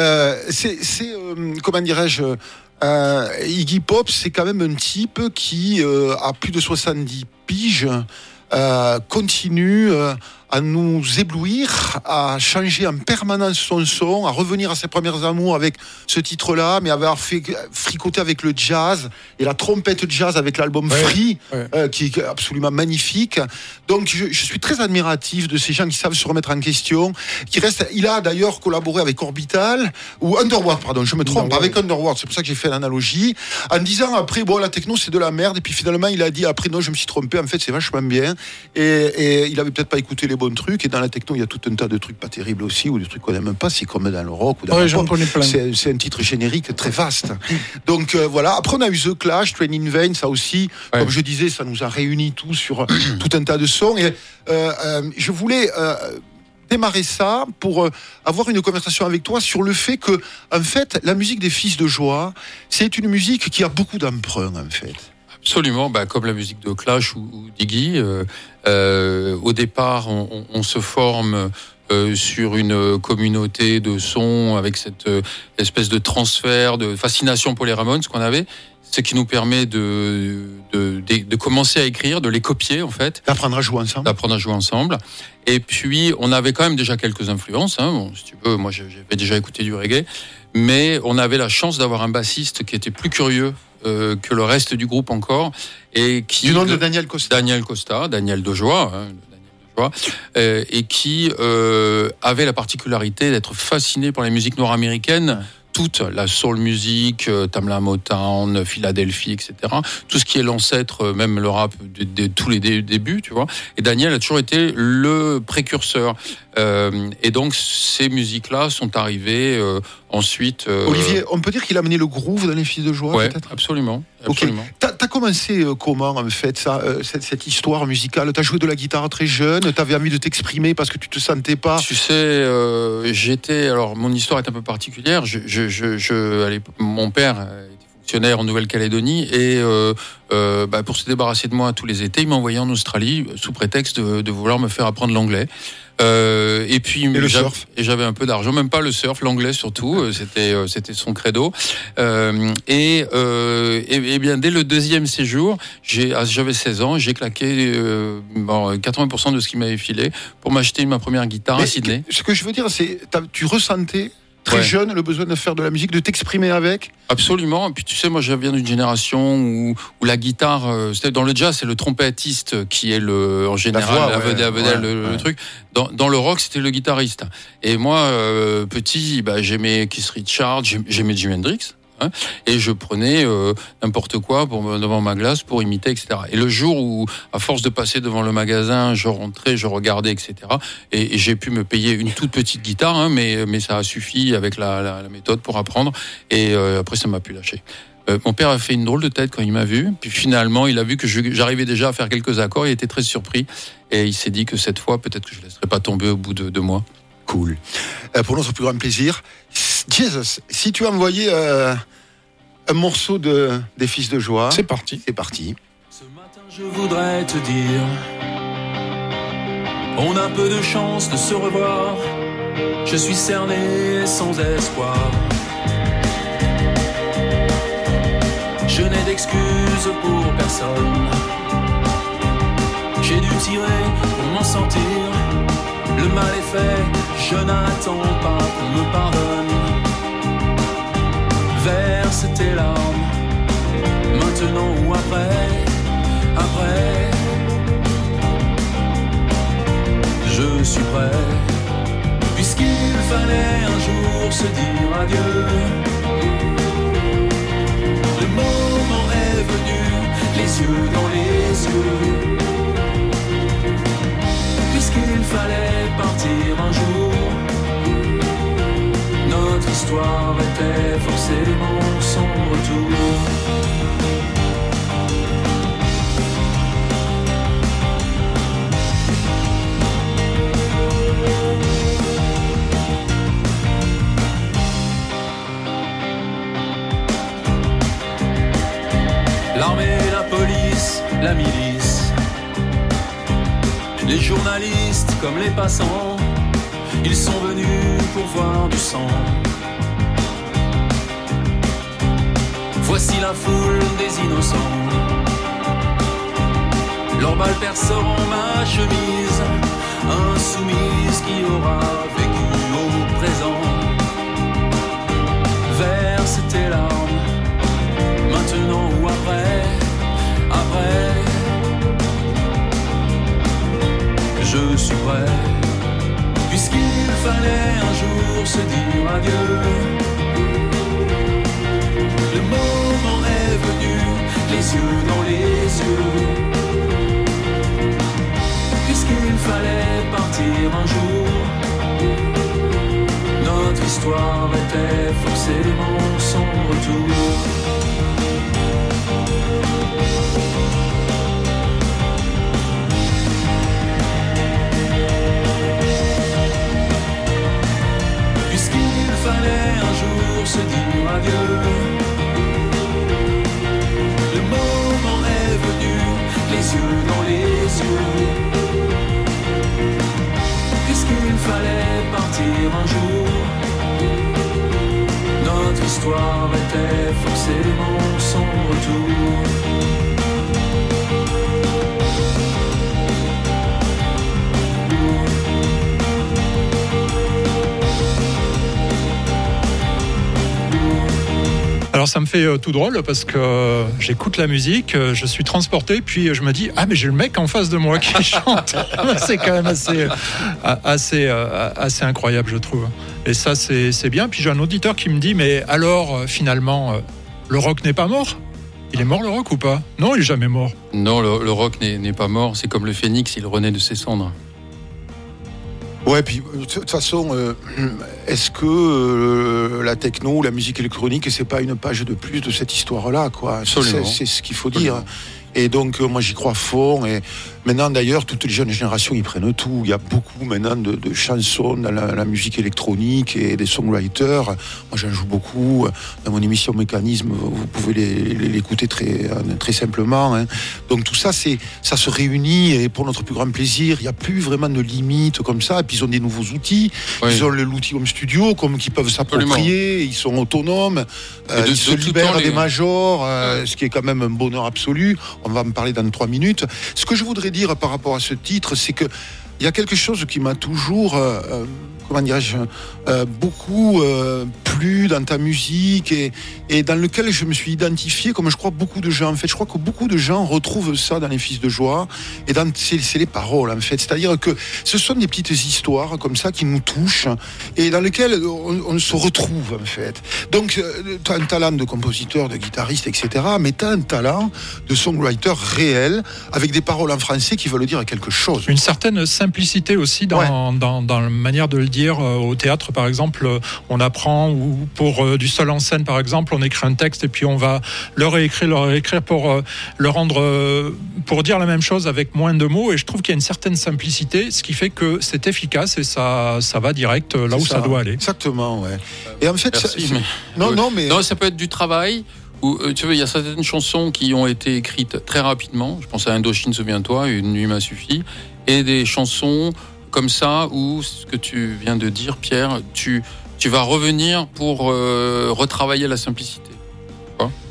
Comment dirais-je, Iggy Pop, c'est quand même un type qui a plus de 70 piges, continue à nous éblouir, à changer en permanence son son, à revenir à ses premiers amours avec ce titre-là, mais avoir fait fricoter avec le jazz et la trompette jazz avec l'album Free, qui est absolument magnifique. Donc je suis très admiratif de ces gens qui savent se remettre en question, qui restent. Il a d'ailleurs collaboré avec Orbital ou Underworld, pardon, je me trompe, avec Underworld. C'est pour ça que j'ai fait l'analogie, en disant après la techno c'est de la merde, et puis finalement il a dit après non, je me suis trompé, en fait c'est vachement bien, et il avait peut-être pas écouté les bons trucs, et dans la techno il y a tout un tas de trucs pas terribles aussi, ou des trucs qu'on n'aime pas, c'est comme dans le rock ou dans le pop. C'est un titre générique très vaste. Donc voilà, après on a eu The Clash, Train in Vain, ça aussi, comme je disais, ça nous a réunis tous sur tout un tas de sons, et je voulais démarrer ça pour avoir une conversation avec toi sur le fait que, en fait, la musique des Fils de Joie, c'est une musique qui a beaucoup d'emprunts, en fait. Absolument, comme la musique de Clash ou d'Iggy. Au départ, on se forme sur une communauté de sons avec cette espèce de transfert, de fascination pour les Ramones qu'on avait, ce qui nous permet de commencer à écrire, de les copier en fait. D'apprendre à jouer ensemble. Et puis, on avait quand même déjà quelques influences. Si tu veux, moi j'avais déjà écouté du reggae, mais on avait la chance d'avoir un bassiste qui était plus curieux que le reste du groupe encore, et qui du nom de Daniel Costa, Daniel Dojoie, et qui avait la particularité d'être fasciné par les musiques nord-américaines. Toute la soul music, Tamla Motown, Philadelphie, etc. Tout ce qui est l'ancêtre, même le rap de tous les débuts, tu vois. Et Daniel a toujours été le précurseur. Et donc, ces musiques-là sont arrivées ensuite. Olivier, on peut dire qu'il a amené le groove dans les Fils de Joie, peut-être ? Absolument. Okay. T'as commencé comment, en fait, cette histoire musicale ? T'as joué de la guitare très jeune, t'avais envie de t'exprimer parce que tu te sentais pas... Tu sais, alors, mon histoire est un peu particulière. Mon père était fonctionnaire en Nouvelle-Calédonie, et pour se débarrasser de moi tous les étés, il m'a envoyé en Australie sous prétexte de vouloir me faire apprendre l'anglais. Et puis le surf. Et j'avais un peu d'argent, même pas le surf, l'anglais surtout, c'était son credo. Et bien dès le deuxième séjour, j'avais 16 ans, j'ai claqué 80% de ce qu'il m'avait filé pour m'acheter ma première guitare à Sydney. Ce que je veux dire, c'est tu ressentais très jeune le besoin de faire de la musique, de t'exprimer avec. Absolument. Et puis tu sais, moi je viens d'une génération où la guitare, dans le jazz, c'est le trompettiste qui est en général la vedette, le truc. Dans le rock, c'était le guitariste. Et moi, petit, j'aimais Keith Richards, j'aimais Jimi Hendrix. Et je prenais n'importe quoi devant ma glace pour imiter, etc. Et le jour où, à force de passer devant le magasin, je rentrais, je regardais, etc. Et j'ai pu me payer une toute petite guitare, mais ça a suffi avec la méthode pour apprendre. Et après, ça m'a pu lâcher. Mon père a fait une drôle de tête quand il m'a vu. Puis finalement, il a vu que j'arrivais déjà à faire quelques accords. Il était très surpris. Et il s'est dit que cette fois, peut-être que je ne laisserai pas tomber au bout de 2 mois. Cool. Pour notre plus grand plaisir, Jesus, si tu envoyais un morceau des Fils de Joie. C'est parti. Ce matin, je voudrais te dire, on a peu de chance de se revoir. Je suis cerné sans espoir. Je n'ai d'excuses pour personne. J'ai dû tirer pour m'en sortir. Le mal est fait, je n'attends pas qu'on me pardonne. Verse tes larmes, maintenant ou après, après. Je suis prêt, puisqu'il fallait un jour se dire adieu. Le moment est venu, les yeux dans les yeux. Puisqu'il fallait partir un jour, notre histoire était forcément sans retour. L'armée, la police, la milice, les journalistes comme les passants, ils sont venus pour voir du sang. Voici la foule des innocents. Leurs balles perceront ma chemise, insoumise qui aura vécu au présent. Verse tes larmes, maintenant ou après, après. Je suis prêt, puisqu'il fallait un jour se dire adieu. Le moment est venu, les yeux dans les yeux. Puisqu'il fallait partir un jour, notre histoire était forcément sans retour. Puisqu'il fallait un jour se dire adieu. Le moment est venu, les yeux dans les yeux. Puisqu'il fallait partir un jour, notre histoire était forcément sans retour. Alors ça me fait tout drôle parce que j'écoute la musique, je suis transporté, puis je me dis ah mais j'ai le mec en face de moi qui chante. C'est quand même assez incroyable, je trouve. Et ça c'est bien. Puis j'ai un auditeur qui me dit mais alors finalement le rock n'est pas mort? Il est mort le rock ou pas? Non, il est jamais mort. Non, le rock n'est pas mort. C'est comme le phénix, il renaît de ses cendres. Ouais, puis de toute façon, est-ce que la techno, la musique électronique, c'est pas une page de plus de cette histoire-là, quoi? Absolument. C'est ce qu'il faut dire. Et donc, moi, j'y crois fort. Et maintenant, d'ailleurs, toutes les jeunes générations, ils prennent tout. Il y a beaucoup maintenant de chansons dans la musique électronique et des songwriters. Moi, j'en joue beaucoup. Dans mon émission Mécanisme, vous pouvez l'écouter très simplement. Hein. Donc, tout ça, ça se réunit et pour notre plus grand plaisir. Il n'y a plus vraiment de limites comme ça. Et puis, ils ont des nouveaux outils. Oui. Ils ont l'outil Home Studio, qui peuvent s'approprier. Ils sont autonomes. Ils se libèrent des majors, ce qui est quand même un bonheur absolu. On va en parler dans 3 minutes. Ce que je voudrais dire par rapport à ce titre, c'est que il y a quelque chose qui m'a toujours, beaucoup plu dans ta musique et dans lequel je me suis identifié, comme je crois beaucoup de gens. En fait, je crois que beaucoup de gens retrouvent ça dans Les Fils de Joie et c'est les paroles, en fait. C'est-à-dire que ce sont des petites histoires comme ça qui nous touchent et dans lesquelles on se retrouve, en fait. Donc, tu as un talent de compositeur, de guitariste, etc., mais tu as un talent de songwriter réel avec des paroles en français qui veulent dire quelque chose. Une certaine simplicité aussi dans la manière de le dire. Au théâtre, par exemple, on apprend, ou pour du seul en scène, par exemple, on écrit un texte et puis on va le réécrire pour le rendre, pour dire la même chose avec moins de mots. Et je trouve qu'il y a une certaine simplicité, ce qui fait que c'est efficace et ça va direct là où ça doit aller. Exactement, ouais. Et en fait, non, ça peut être du travail. Où, tu vois, il y a certaines chansons qui ont été écrites très rapidement. Je pense à Indochine, souviens-toi, Une nuit m'a suffi, et des chansons comme ça où ce que tu viens de dire, Pierre, tu vas revenir pour retravailler la simplicité.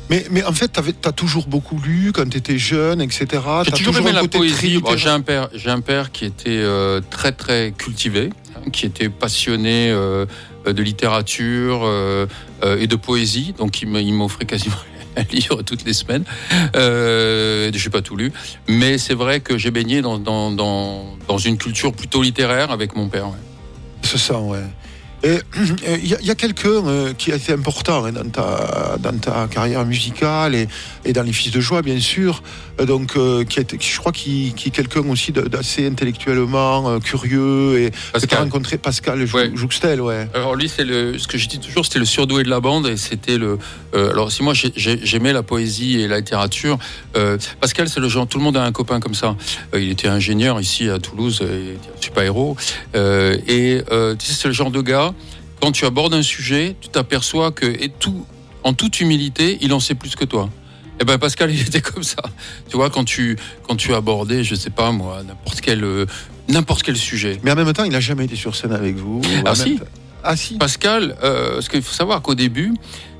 Mais en fait, t'as toujours beaucoup lu quand t'étais jeune, etc. J'ai toujours aimé la poésie. Bon, j'ai un père qui était très très cultivé, qui était passionné de littérature et de poésie, donc il m'offrait quasiment un livre toutes les semaines. Je n'ai pas tout lu, mais c'est vrai que j'ai baigné dans une culture plutôt littéraire avec mon père. Ouais. C'est ça, ouais. Et il y a quelqu'un qui a été important dans ta carrière musicale et dans Les Fils de Joie, bien sûr. Donc, je crois qu'il est quelqu'un aussi d'assez intellectuellement curieux. Et que tu as rencontré Pascal Jouxtel, ouais. Alors lui, ce que je dis toujours, c'était le surdoué de la bande, et c'était alors si moi j'aimais la poésie et la littérature, Pascal, c'est le genre, tout le monde a un copain comme ça. Il était ingénieur ici à Toulouse, il était un super-héros, et tu sais, c'est le genre de gars. Quand tu abordes un sujet, tu t'aperçois que, en toute humilité, il en sait plus que toi. Et ben Pascal, il était comme ça. Tu vois, quand tu abordais, je sais pas moi, n'importe quel sujet. Mais en même temps, il n'a jamais été sur scène avec vous. Ah si. Pascal, ce qu'il faut savoir qu'au début,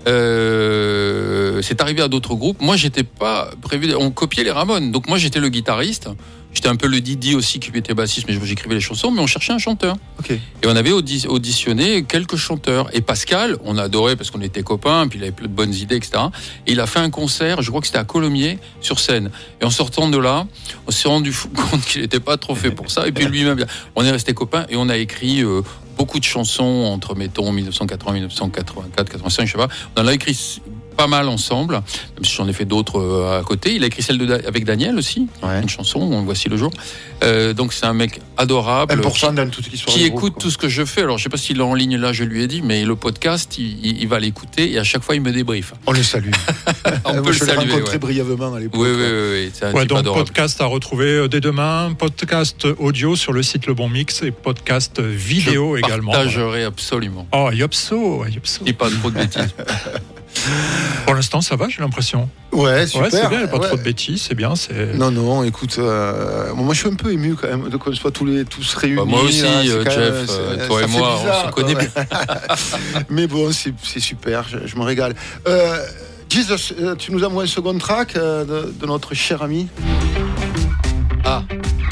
c'est arrivé à d'autres groupes. Moi, j'étais pas prévu. On copiait les Ramones, donc moi j'étais le guitariste. J'étais un peu le Didi aussi qui était bassiste, mais j'écrivais les chansons, mais on cherchait un chanteur. Okay. Et on avait auditionné quelques chanteurs. Et Pascal, on adorait parce qu'on était copains, puis il avait plein de bonnes idées, etc. Et il a fait un concert, je crois que c'était à Colomiers, sur scène. Et en sortant de là, on s'est rendu compte qu'il n'était pas trop fait pour ça. Et puis lui-même, on est restés copains et on a écrit beaucoup de chansons entre, mettons, 1980, 1984, 85, je sais pas. On en a écrit pas mal ensemble, même si j'en ai fait d'autres à côté. Il a écrit celle avec Daniel aussi, une chanson, Voici le jour. Donc c'est un mec adorable, important dans toute l'histoire qui écoute tout ce que je fais. Alors je sais pas s'il est en ligne là, je lui ai dit, mais le podcast, il va l'écouter et à chaque fois il me débriefe. On le salue. On peut le saluer. Je l'ai rencontré brièvement à l'époque. Oui, c'est un type donc adorable. Podcast à retrouver dès demain, podcast audio sur le site Le Bon Mix et podcast vidéo également. Je partagerai absolument. Oh, Yopso. Et pas trop de bêtises. Pour l'instant, ça va, j'ai l'impression. Ouais, super. Ouais, c'est bien, il n'y a pas trop de bêtises, c'est bien. Non, écoute, moi je suis un peu ému quand même de qu'on soit tous réunis. Bah, moi aussi, là, Jeff, toi et moi, bizarre, on se connaît bien. Mais bon, c'est super, je me régale. Jesus, tu nous envoies un second track de notre cher ami. Ah.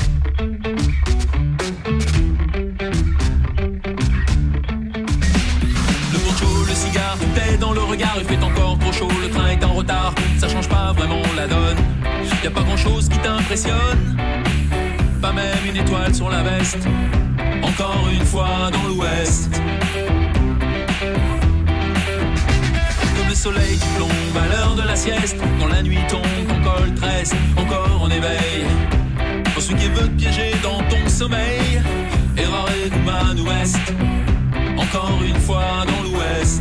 Dans le regard, il fait encore trop chaud, le train est en retard, ça change pas vraiment la donne. Y a pas grand chose qui t'impressionne, pas même une étoile sur la veste. Encore une fois dans l'ouest, comme le soleil qui plombe à l'heure de la sieste. Quand la nuit tombe, ton col tresse, encore en éveil. Pour celui qui veut te piéger dans ton sommeil, errare human ouest. Encore une fois dans l'ouest.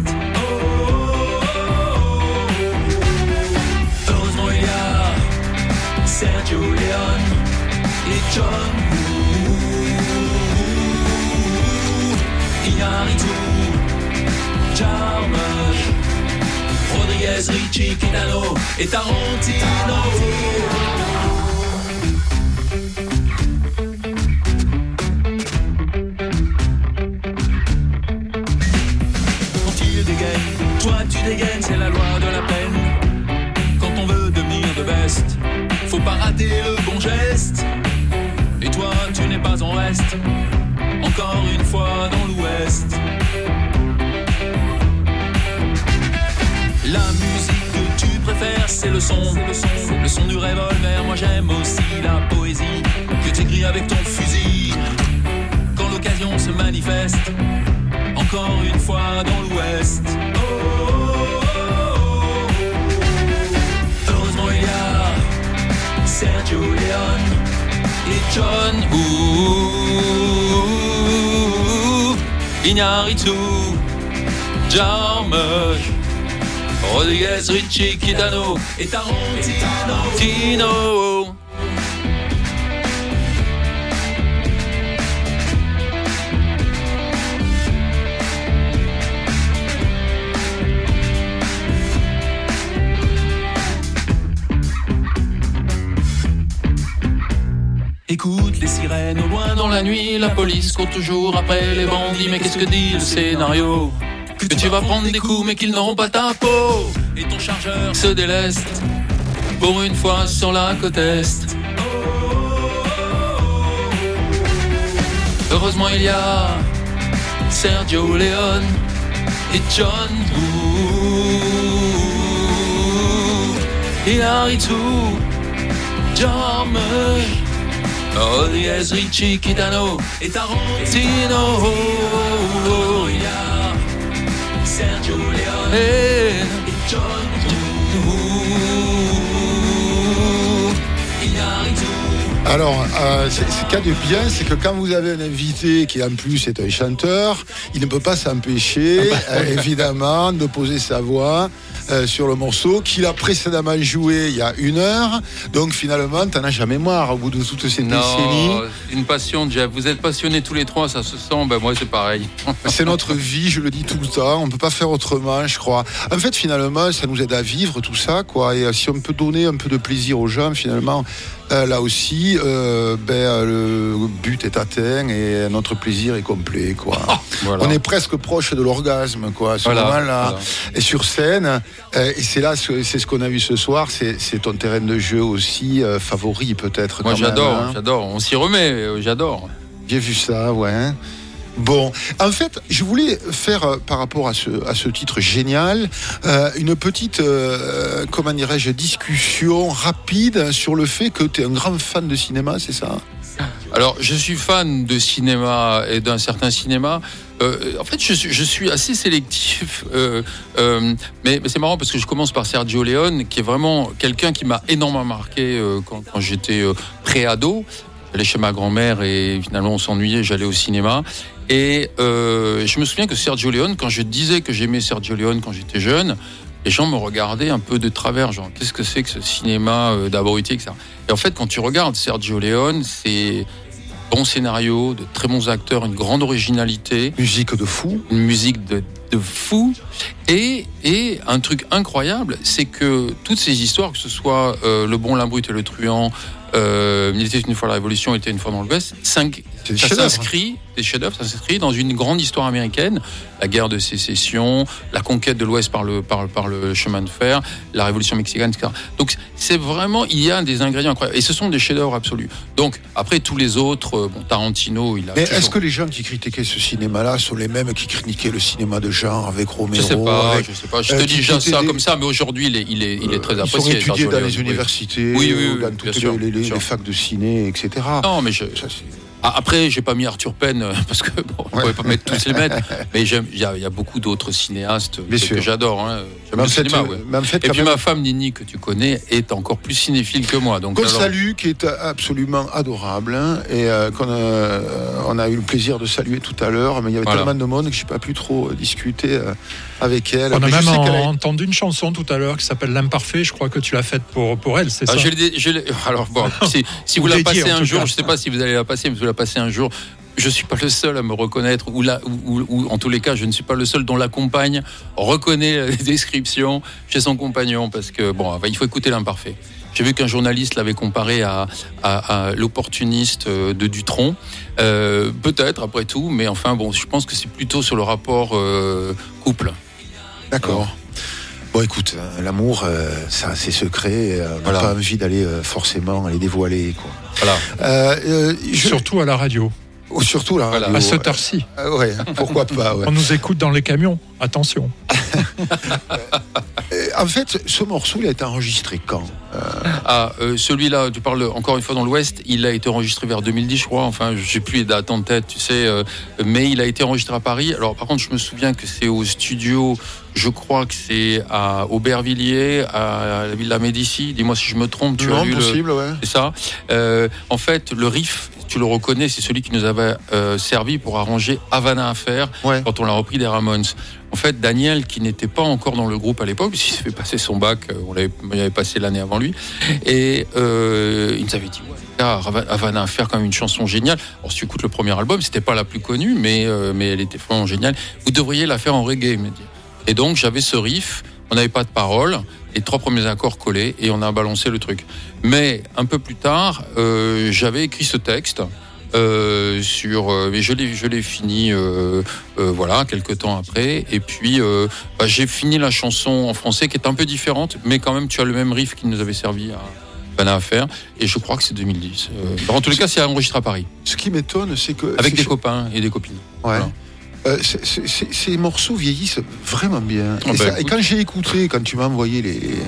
Heureusement il y a Sergio Leone et John Woo, Iñárritu, Jarmusch, Rodriguez, Ricci, Kitano et Tarantino. Toi tu dégaines, c'est la loi de la peine. Quand on veut devenir de best, faut pas rater le bon geste. Et toi tu n'es pas en reste, encore une fois dans l'ouest. La musique que tu préfères, c'est le son du revolver. Moi j'aime aussi la poésie que t'écris avec ton fusil. Quand l'occasion se manifeste, encore une fois dans l'ouest. Heureusement il y a Sergio Leone et John Woo, Iñárritu, Jarmusch, Rodriguez, Ricci, Kitano et Tarantino. Écoute les sirènes au loin dans la nuit, la police court toujours après les bandits. Mais qu'est-ce que dit le scénario? que tu vas prendre des coups mais qu'ils n'auront pas ta peau. Et ton chargeur se déleste pour une fois sur la côte Est. Heureusement il y a Sergio Leone et John Woo, Iñárritu, Jarmusch, Rodriguez, Ricci, Kitano et Tarantino. Il y a Sergio Leone et John Woo, Iñárritu. Alors, ce qu'il y a de bien, c'est que quand vous avez un invité qui en plus est un chanteur, il ne peut pas s'empêcher, évidemment, de poser sa voix sur le morceau qu'il a précédemment joué il y a 1 heure. Donc finalement, t'en as jamais marre au bout de toutes ces décennies. Une passion, Jeff. Vous êtes passionnés tous les trois, ça se sent. Ben moi, c'est pareil. C'est notre vie, je le dis tout le temps. On peut pas faire autrement, je crois. En fait, finalement, ça nous aide à vivre tout ça, quoi. Et si on peut donner un peu de plaisir aux gens, finalement, là aussi, le but est atteint et notre plaisir est complet, quoi. Voilà. On est presque proche de l'orgasme, quoi, à ce moment-là. Voilà. Et sur scène, et c'est là, c'est ce qu'on a vu ce soir, c'est ton terrain de jeu aussi favori, peut-être. Moi, j'adore. On s'y remet, j'adore. J'ai vu ça, ouais. Bon, en fait, je voulais faire par rapport à ce titre génial une petite, comment dirais-je, discussion rapide sur le fait que tu es un grand fan de cinéma, c'est ça ? Alors, je suis fan de cinéma et d'un certain cinéma. En fait, je suis assez sélectif, mais c'est marrant parce que je commence par Sergio Leone, qui est vraiment quelqu'un qui m'a énormément marqué quand j'étais pré-ado. J'allais chez ma grand-mère et finalement on s'ennuyait, j'allais au cinéma. Et je me souviens que Sergio Leone, quand je disais que j'aimais Sergio Leone quand j'étais jeune, les gens me regardaient un peu de travers, genre qu'est-ce que c'est que ce cinéma d'abruti, etc. Et en fait, quand tu regardes Sergio Leone, c'est bon scénario, de très bons acteurs, une grande originalité. Musique de fou. Une musique de fou. Et un truc incroyable, c'est que toutes ces histoires, que ce soit Le Bon, l'Imbrute et le Truand, Il était une fois la Révolution, il était une fois dans l'Ouest, ça s'inscrit dans une grande histoire américaine, la guerre de sécession, la conquête de l'Ouest par le chemin de fer, la Révolution mexicaine, etc. Donc c'est vraiment, il y a des ingrédients incroyables et ce sont des chefs-d'œuvre absolus. Donc après tous les autres, Tarantino, il a. Mais est-ce que les gens qui critiquaient ce cinéma-là sont les mêmes qui critiquaient le cinéma de genre avec Romero? Je sais pas. Je te dis déjà ça comme ça, mais aujourd'hui il est très apprécié. Ils sont étudiés dans les universités, dans toutes les facs de ciné, etc. Non, mais après, j'ai pas mis Arthur Penn parce que on pouvait pas mettre tous les mettre, mais il y a beaucoup d'autres cinéastes que j'adore. Hein. J'aime le cinéma. Et puis ma femme Nini, que tu connais, est encore plus cinéphile que moi. Donc salue, qui est absolument adorable, hein, et on a eu le plaisir de saluer tout à l'heure, mais il y avait tellement de monde que j'ai pas pu trop discuter avec elle. On a même entendu une chanson tout à l'heure qui s'appelle L'Imparfait. Je crois que tu l'as faite pour elle, c'est ça? Alors bon, si vous la passez un jour, je sais pas si vous allez la passer, mais vous la passez un jour. Je suis pas le seul à me reconnaître, ou en tous les cas, je ne suis pas le seul dont la compagne reconnaît les descriptions chez son compagnon, parce que il faut écouter L'Imparfait. J'ai vu qu'un journaliste l'avait comparé à l'opportuniste de Dutronc, peut-être après tout, mais enfin je pense que c'est plutôt sur le rapport couple. D'accord. Bon, écoute, l'amour, ça, c'est secret. On n'a pas envie d'aller forcément les dévoiler, quoi. Voilà. Surtout à la radio. Surtout là, à cette heure-ci. Ouais, pourquoi pas. Ouais. On nous écoute dans les camions. Attention. En fait, ce morceau, il a été enregistré quand? Celui-là, tu parles encore une fois dans l'Ouest, il a été enregistré vers 2010, je crois. Enfin, j'ai plus les dates en tête, tu sais. Mais il a été enregistré à Paris. Alors, par contre, je me souviens que c'est au studio. Je crois que c'est à Aubervilliers, à la Villa Médicis. Dis-moi si je me trompe. Tu as vu possible, ouais. C'est ça. En fait, le riff, tu le reconnais, c'est celui qui nous avait servi pour arranger Havana Affair quand on l'a repris des Ramones. En fait, Daniel, qui n'était pas encore dans le groupe à l'époque, puisqu'il s'est fait passer son bac, il avait passé l'année avant lui, et il nous avait dit Havana Affair, quand même une chanson géniale. Alors, si tu écoutes le premier album, c'était pas la plus connue, mais elle était vraiment géniale. Vous devriez la faire en reggae, il m'a dit. Et donc, j'avais ce riff, on n'avait pas de paroles, les 3 premiers accords collés, et on a balancé le truc. Mais un peu plus tard, j'avais écrit ce texte mais je l'ai fini voilà quelques temps après, et puis j'ai fini la chanson en français qui est un peu différente, mais quand même tu as le même riff qui nous avait servi à faire, et je crois que c'est 2010. En tous les cas, c'est enregistré à Paris. Ce qui m'étonne, c'est que avec des copains et des copines. Ouais. Voilà. Ces morceaux vieillissent vraiment bien. Et quand j'ai écouté, quand tu m'as envoyé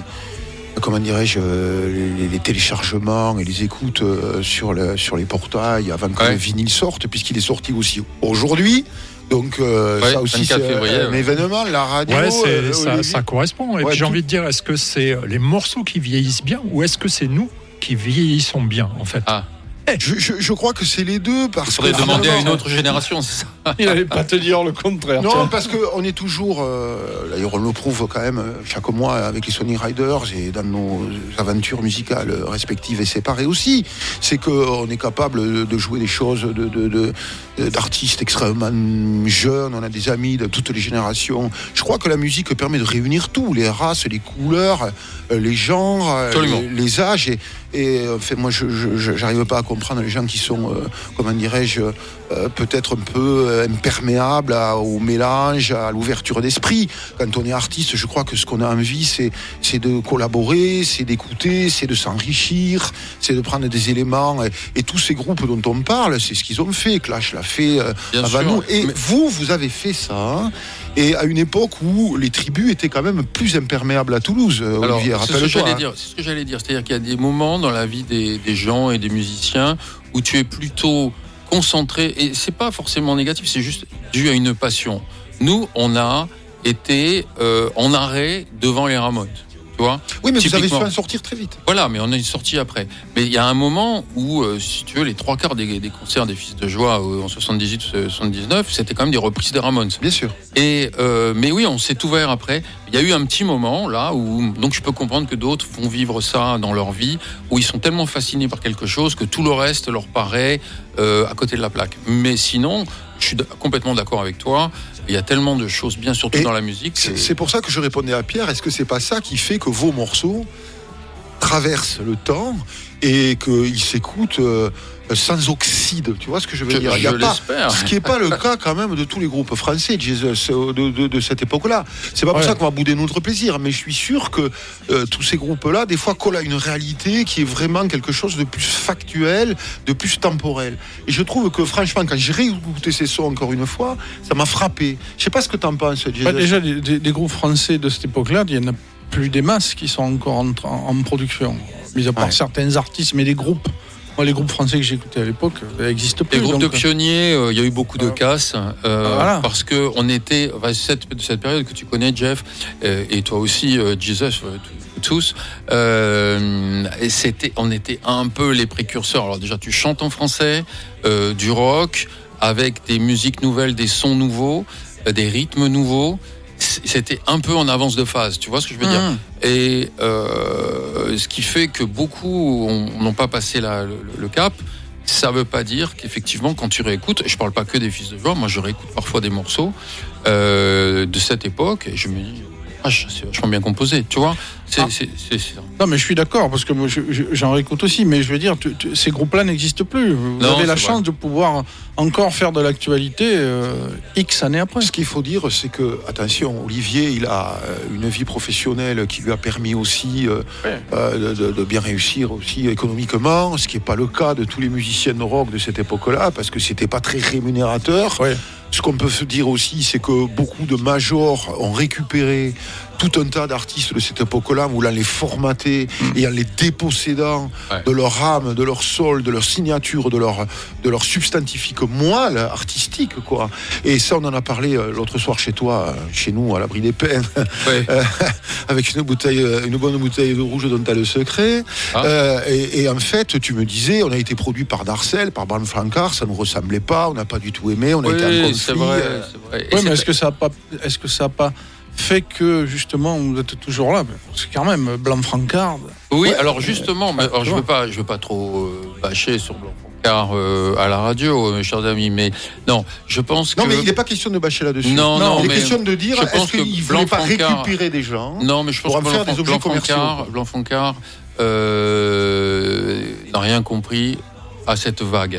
les téléchargements et les écoutes sur les portails avant que le vinyle sorte, puisqu'il est sorti aussi aujourd'hui. Donc ça aussi c'est un événement, la radio. Ça correspond. Et puis j'ai envie de dire, est-ce que c'est les morceaux qui vieillissent bien, ou est-ce que c'est nous qui vieillissons bien en fait? Je crois que c'est les deux, parce que... Il faudrait demander à une autre génération, c'est ça. Il n'allait pas te dire le contraire. Non, parce qu'on est toujours... d'ailleurs, on le prouve quand même chaque mois avec les Sony Riders et dans nos aventures musicales respectives et séparées aussi. C'est qu'on est capable de jouer des choses d'artistes extrêmement jeunes. On a des amis de toutes les générations. Je crois que la musique permet de réunir tout, les races, les couleurs, les genres, les âges. Et enfin, moi, je n'arrive pas à comprendre les gens qui sont, comment dirais-je, peut-être un peu imperméables au mélange, à l'ouverture d'esprit. Quand on est artiste, je crois que ce qu'on a envie, c'est de collaborer, c'est d'écouter, c'est de s'enrichir, c'est de prendre des éléments. Et tous ces groupes dont on parle, c'est ce qu'ils ont fait. Clash l'a fait avant nous. Et vous avez fait ça. Hein, et à une époque où les tribus étaient quand même plus imperméables à Toulouse, Olivier, rappelle-toi. C'est ce que j'allais dire. C'est-à-dire qu'il y a des moments dans la vie des gens et des musiciens où tu es plutôt concentré, et c'est pas forcément négatif, c'est juste dû à une passion. Nous, on a été en arrêt devant les Ramones. Tu vois ? Oui, mais vous avez su en sortir très vite. Voilà, mais on est sorti après. Mais il y a un moment où, si tu veux, les 3/4 des concerts des Fils de Joie en 78-79, c'était quand même des reprises des Ramones. Bien sûr. Et mais oui, on s'est ouvert après. Il y a eu un petit moment là où, donc je peux comprendre que d'autres vont vivre ça dans leur vie, où ils sont tellement fascinés par quelque chose que tout le reste leur paraît à côté de la plaque. Mais sinon, je suis complètement d'accord avec toi. Il y a tellement de choses bien, surtout dans la musique. C'est pour ça que je répondais à Pierre. Est-ce que c'est pas ça qui fait que vos morceaux traversent le temps et qu'ils s'écoutent sans oxyde? Tu vois ce que je veux dire? Je l'espère. Ce qui n'est pas le cas quand même de tous les groupes français de cette époque-là. C'est pas pour ça qu'on va bouder notre plaisir, mais je suis sûr que tous ces groupes-là, des fois, collent à une réalité qui est vraiment quelque chose de plus factuel, de plus temporel. Et je trouve que franchement, quand j'ai réécouté ces sons encore une fois, ça m'a frappé. Je sais pas ce que tu en penses, Jesus. Déjà, des groupes français de cette époque-là, il y en a plus des masses qui sont encore en production, mis à part certains artistes, mais les groupes. Moi, les groupes français que j'écoutais à l'époque n'existent plus. Les groupes de pionniers, il y a eu beaucoup de casses parce que on était cette période que tu connais, Jeff, et toi aussi, Jesus, tous. Et on était un peu les précurseurs. Alors déjà, tu chantes en français, du rock avec des musiques nouvelles, des sons nouveaux, des rythmes nouveaux. C'était un peu en avance de phase, tu vois ce que je veux dire? Et ce qui fait que beaucoup n'ont pas passé le cap. Ça veut pas dire qu'effectivement, quand tu réécoutes, je parle pas que des Fils de Joie, moi je réécoute parfois des morceaux de cette époque et je me dis, c'est vachement bien composé, tu vois. C'est ça. Non, mais je suis d'accord, parce que moi j'en réécoute aussi, mais je veux dire, ces groupes-là n'existent plus. Vous avez la chance de pouvoir encore faire de l'actualité X années après. Ce qu'il faut dire, c'est que, attention, Olivier, il a une vie professionnelle qui lui a permis aussi de bien réussir aussi économiquement, ce qui n'est pas le cas de tous les musiciens de rock de cette époque-là, parce que c'était pas très rémunérateur. Ouais. Ce qu'on peut se dire aussi, c'est que beaucoup de majors ont récupéré tout un tas d'artistes de cette époque-là, voulant les formater et en les dépossédant de leur âme, de leur soul, de leur signature, de leur substantifique moelle artistique, quoi. Et ça, on en a parlé l'autre soir chez toi, chez nous, à l'abri des peines, avec une bonne bouteille de rouge dont tu as le secret. Et en fait, tu me disais, on a été produit par Darcel, par Bram Frankar, ça ne nous ressemblait pas, on n'a pas du tout aimé, on a été en conflit. C'est vrai. Oui, mais est-ce que ça n'a pas fait que justement vous êtes toujours là? C'est quand même Bram Frankar. Oui, alors justement, alors je veux pas trop bâcher sur Bram Frankar à la radio, mes chers amis, mais non, je pense que... Non, mais il n'est pas question de bâcher là-dessus. Non, il est question de dire, est-ce qu'il ne voulait pas récupérer des gens? Non, mais je pense que faire des objets commerciaux. Bram Frankar n'a rien compris à cette vague.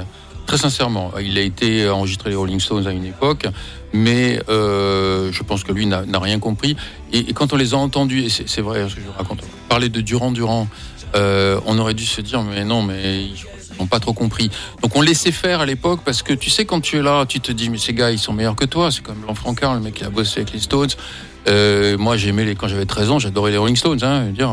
Très sincèrement, il a été enregistré les Rolling Stones à une époque, mais je pense que lui n'a rien compris. Et quand on les a entendus, et c'est vrai ce que je raconte, parler de Duran Duran, on aurait dû se dire mais non, mais ils n'ont pas trop compris. Donc on laissait faire à l'époque, parce que tu sais, quand tu es là, tu te dis mais ces gars ils sont meilleurs que toi. C'est comme Lanfranca, le mec qui a bossé avec les Stones. Moi quand j'avais 13 ans, j'adorais les Rolling Stones,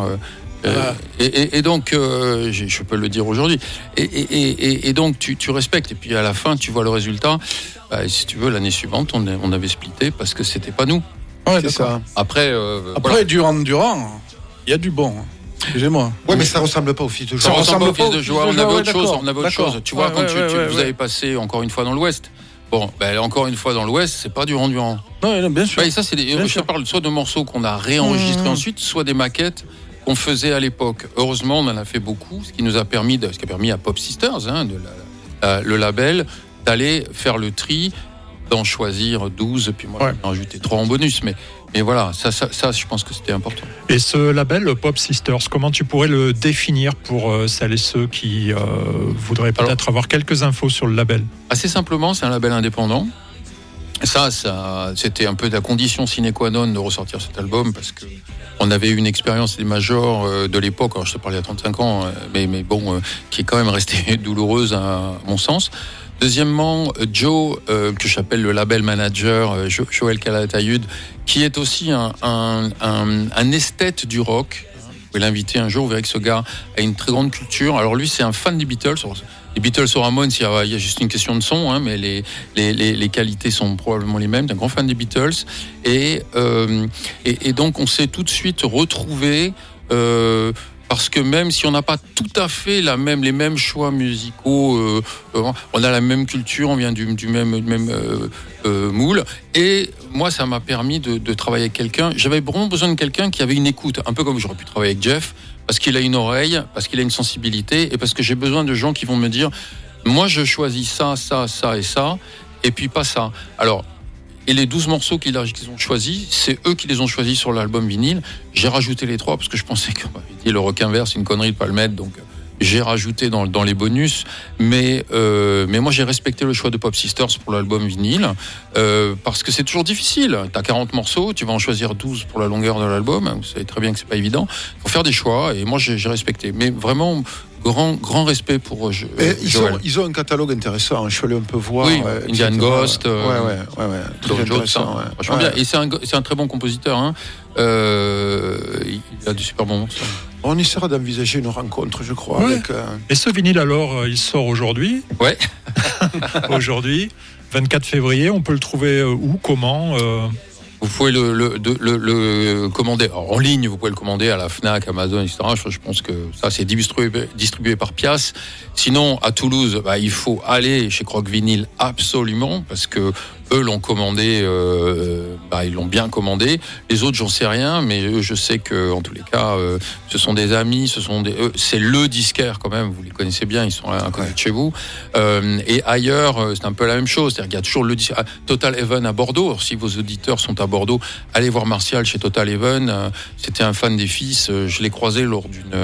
et donc je peux le dire aujourd'hui, et donc tu respectes, et puis à la fin tu vois le résultat. Si tu veux, l'année suivante on avait splitté parce que c'était pas nous. Ouais, c'est ça. Après voilà. Duran, il y a du bon. Excusez-moi. Ouais, mais ça ressemble pas au Fils de Joie. Ça ressemble pas au Fils de Joie. On avait autre chose. Tu vois, quand vous avez passé encore une fois dans l'Ouest. Bon, encore une fois dans l'Ouest, c'est pas Duran Duran. Non, bien sûr. Et ça, je parle soit de morceaux qu'on a réenregistrés ensuite, soit des maquettes qu'on faisait à l'époque. Heureusement, on en a fait beaucoup, ce qui a permis à Pop Sisters, le label, d'aller faire le tri, d'en choisir 12, puis moi j'en ai rajouté 3 en bonus, mais voilà, ça je pense que c'était important. Et ce label Pop Sisters, comment tu pourrais le définir pour celles et ceux qui voudraient peut-être avoir quelques infos sur le label? Assez simplement, c'est un label indépendant. Ça c'était un peu la condition sine qua non de ressortir cet album, parce que on avait eu une expérience des majors de l'époque, alors je te parlais il y a 35 ans, mais bon, qui est quand même restée douloureuse à mon sens. Deuxièmement, Joe, que j'appelle le label manager, Joël Calatayud, qui est aussi un esthète du rock. Vous pouvez l'inviter un jour, vous verrez que ce gars a une très grande culture. Alors lui, c'est un fan des Beatles. Les Beatles au Ramones, il y a juste une question de son, mais les qualités sont probablement les mêmes. C'est un grand fan des Beatles. Et donc, on s'est tout de suite retrouvés... parce que même si on n'a pas tout à fait les mêmes choix musicaux, on a la même culture, on vient du même moule. Et moi, ça m'a permis de travailler avec quelqu'un. J'avais vraiment besoin de quelqu'un qui avait une écoute, un peu comme j'aurais pu travailler avec Jeff, parce qu'il a une oreille, parce qu'il a une sensibilité, et parce que j'ai besoin de gens qui vont me dire, moi, je choisis ça et ça, et puis pas ça. Alors, et les 12 morceaux qu'ils ont choisis, c'est eux qui les ont choisis sur l'album vinyle. J'ai rajouté les 3 parce que je pensais que le requin vert, c'est une connerie de pas le mettre, donc j'ai rajouté dans les bonus. Mais moi, j'ai respecté le choix de Pop Sisters pour l'album vinyle, parce que c'est toujours difficile. T'as 40 morceaux, tu vas en choisir 12 pour la longueur de l'album. Vous savez très bien que c'est pas évident. Faut faire des choix, et moi, j'ai respecté. Mais vraiment... Grand respect pour ils ont un catalogue intéressant. Je suis allé un peu voir. Oui, Indian Ghost. Très intéressant. Franchement bien. Et c'est un très bon compositeur. Il a du super bons morceaux. On essaiera d'envisager une rencontre, je crois. Ouais. Et ce vinyle, alors, il sort aujourd'hui. Ouais. Aujourd'hui, 24 février. On peut le trouver où, comment Vous pouvez le commander en ligne, vous pouvez le commander à la Fnac, Amazon, etc. Je pense que ça, c'est distribué par Pias. Sinon, à Toulouse, il faut aller chez Croc Vinyl absolument, parce que eux l'ont commandé, ils l'ont bien commandé. Les autres, j'en sais rien, mais eux, je sais que, en tous les cas, ce sont des amis, c'est le disquaire quand même. Vous les connaissez bien, ils sont à côté de chez vous. Et ailleurs, c'est un peu la même chose. C'est-à-dire qu'il y a toujours le disquaire. Total Even à Bordeaux. Alors, si vos auditeurs sont à Bordeaux, allez voir Martial chez Total Even. C'était un fan des Fils. Je l'ai croisé lors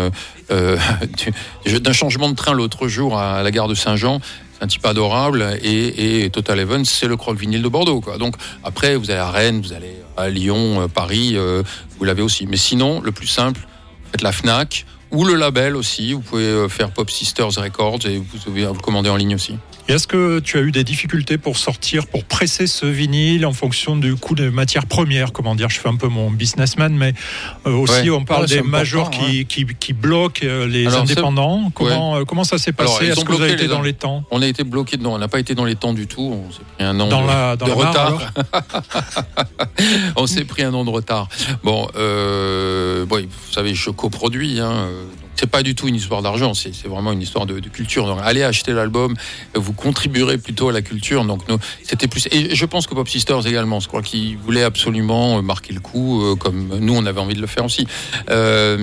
d'un changement de train l'autre jour à la gare de Saint-Jean. C'est un type adorable, et Total Even, c'est le Croc Vinyl de Bordeaux, quoi. Donc après, vous allez à Rennes, vous allez à Lyon, Paris, vous l'avez aussi. Mais sinon, le plus simple, faites la Fnac ou le label aussi. Vous pouvez faire Pop Sisters Records, et vous pouvez vous commander en ligne aussi. Et est-ce que tu as eu des difficultés pour presser ce vinyle en fonction du coût des matières premières? Comment dire, je fais un peu mon businessman, mais aussi on parle des majors qui bloquent les indépendants. Comment ça s'est passé? Est-ce que vous avez été dans les temps? On a été bloqué, non, on n'a pas été dans les temps du tout. On s'est pris un an de retard. On s'est pris un an de retard. Bon, vous savez, je coproduis. C'est pas du tout une histoire d'argent, c'est vraiment une histoire de culture. Donc, allez acheter l'album, vous contribuerez plutôt à la culture. Donc, c'était plus. Et je pense que Pop Sisters également, je crois qu'ils voulaient absolument marquer le coup, comme nous, on avait envie de le faire aussi.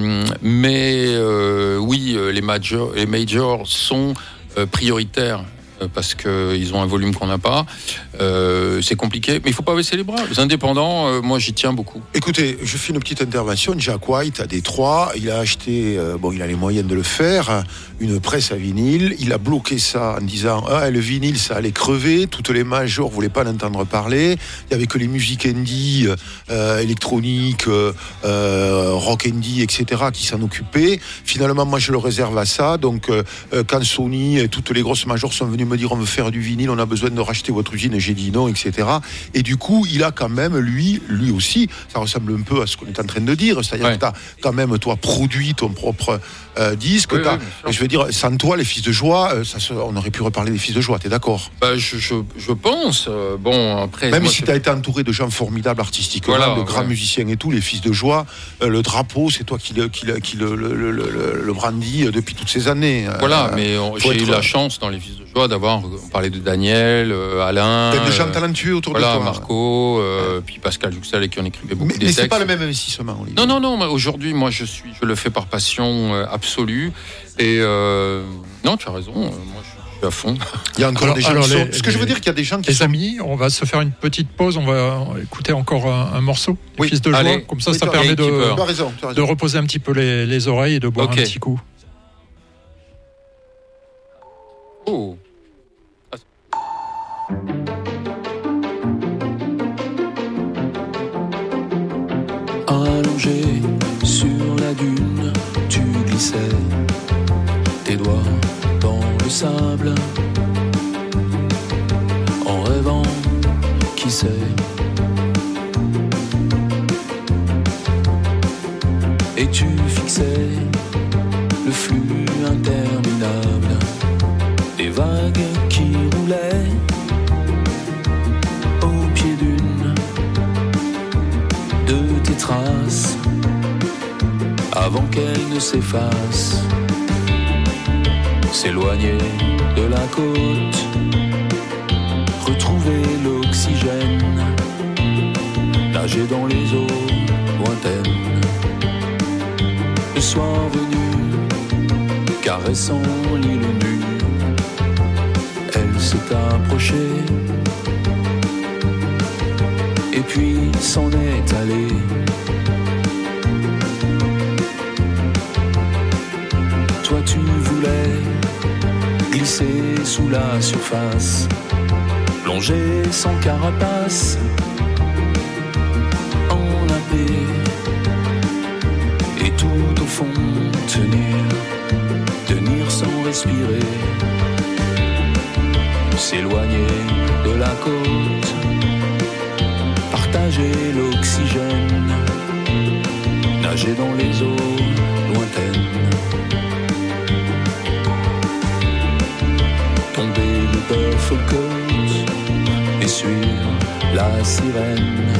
Oui, les majors sont prioritaires parce qu'ils ont un volume qu'on n'a pas. C'est compliqué, mais il ne faut pas baisser les bras. Les indépendants, moi j'y tiens beaucoup. Écoutez, je fais une petite intervention. Jack White à Détroit, il a acheté, il a les moyens de le faire, une presse à vinyle. Il a bloqué ça en disant le vinyle ça allait crever, toutes les majors ne voulaient pas l'entendre parler. Il n'y avait que les musiques indie, électroniques, rock indie, etc. qui s'en occupaient. Finalement, moi je le réserve à ça. Donc quand Sony et toutes les grosses majors sont venus me dire on veut faire du vinyle, on a besoin de racheter votre usine, et j'ai dit non, etc. Et du coup, il a quand même, lui aussi, ça ressemble un peu à ce qu'on est en train de dire, c'est-à-dire que tu as quand même, toi, produit ton propre disque. Oui, je veux dire, sans toi, les Fils de Joie, on aurait pu reparler des Fils de Joie, t'es d'accord ? Je pense. Après, même si tu as été entouré de gens formidables artistiquement, de grands musiciens et tout, les Fils de Joie, le drapeau, c'est toi qui le brandis depuis toutes ces années. Voilà, mais j'ai eu la chance dans les Fils de Joie d'avoir parlé de Daniel, Alain. Des gens talentueux autour de toi. Marco, puis Pascal Juxel avec qui on écrivait beaucoup des textes. Mais c'est pas le même investissement, Olivier. Non. Aujourd'hui, moi, je le fais par passion absolue. Et non, tu as raison. Moi, je suis à fond. Il y a encore des gens. Ce que je veux dire, qu'il y a des gens qui sont. Les amis, on va se faire une petite pause. On va écouter encore un morceau. Les Fils de Joie. Comme ça, ça permet de reposer un petit peu les oreilles et de boire un petit coup. Oh. Allongé sur la dune, tu glissais tes doigts dans le sable, en rêvant, qui sait. Et tu fixais le flux interminable des vagues qui roulaient au pied d'une de tes traces avant qu'elles ne s'effacent. S'éloigner de la côte, retrouver l'oxygène, nager dans les eaux lointaines. Le soir venu, caressant l'île nue, elle s'est approchée et puis s'en est allée. Toi tu voulais glisser sous la surface, plonger sans carapace, en paix, et tout au fond tenir sans respirer. S'éloigner de la côte, partager l'oxygène, nager dans les eaux lointaines. Tomber le Buffalo Coast et suivre la sirène.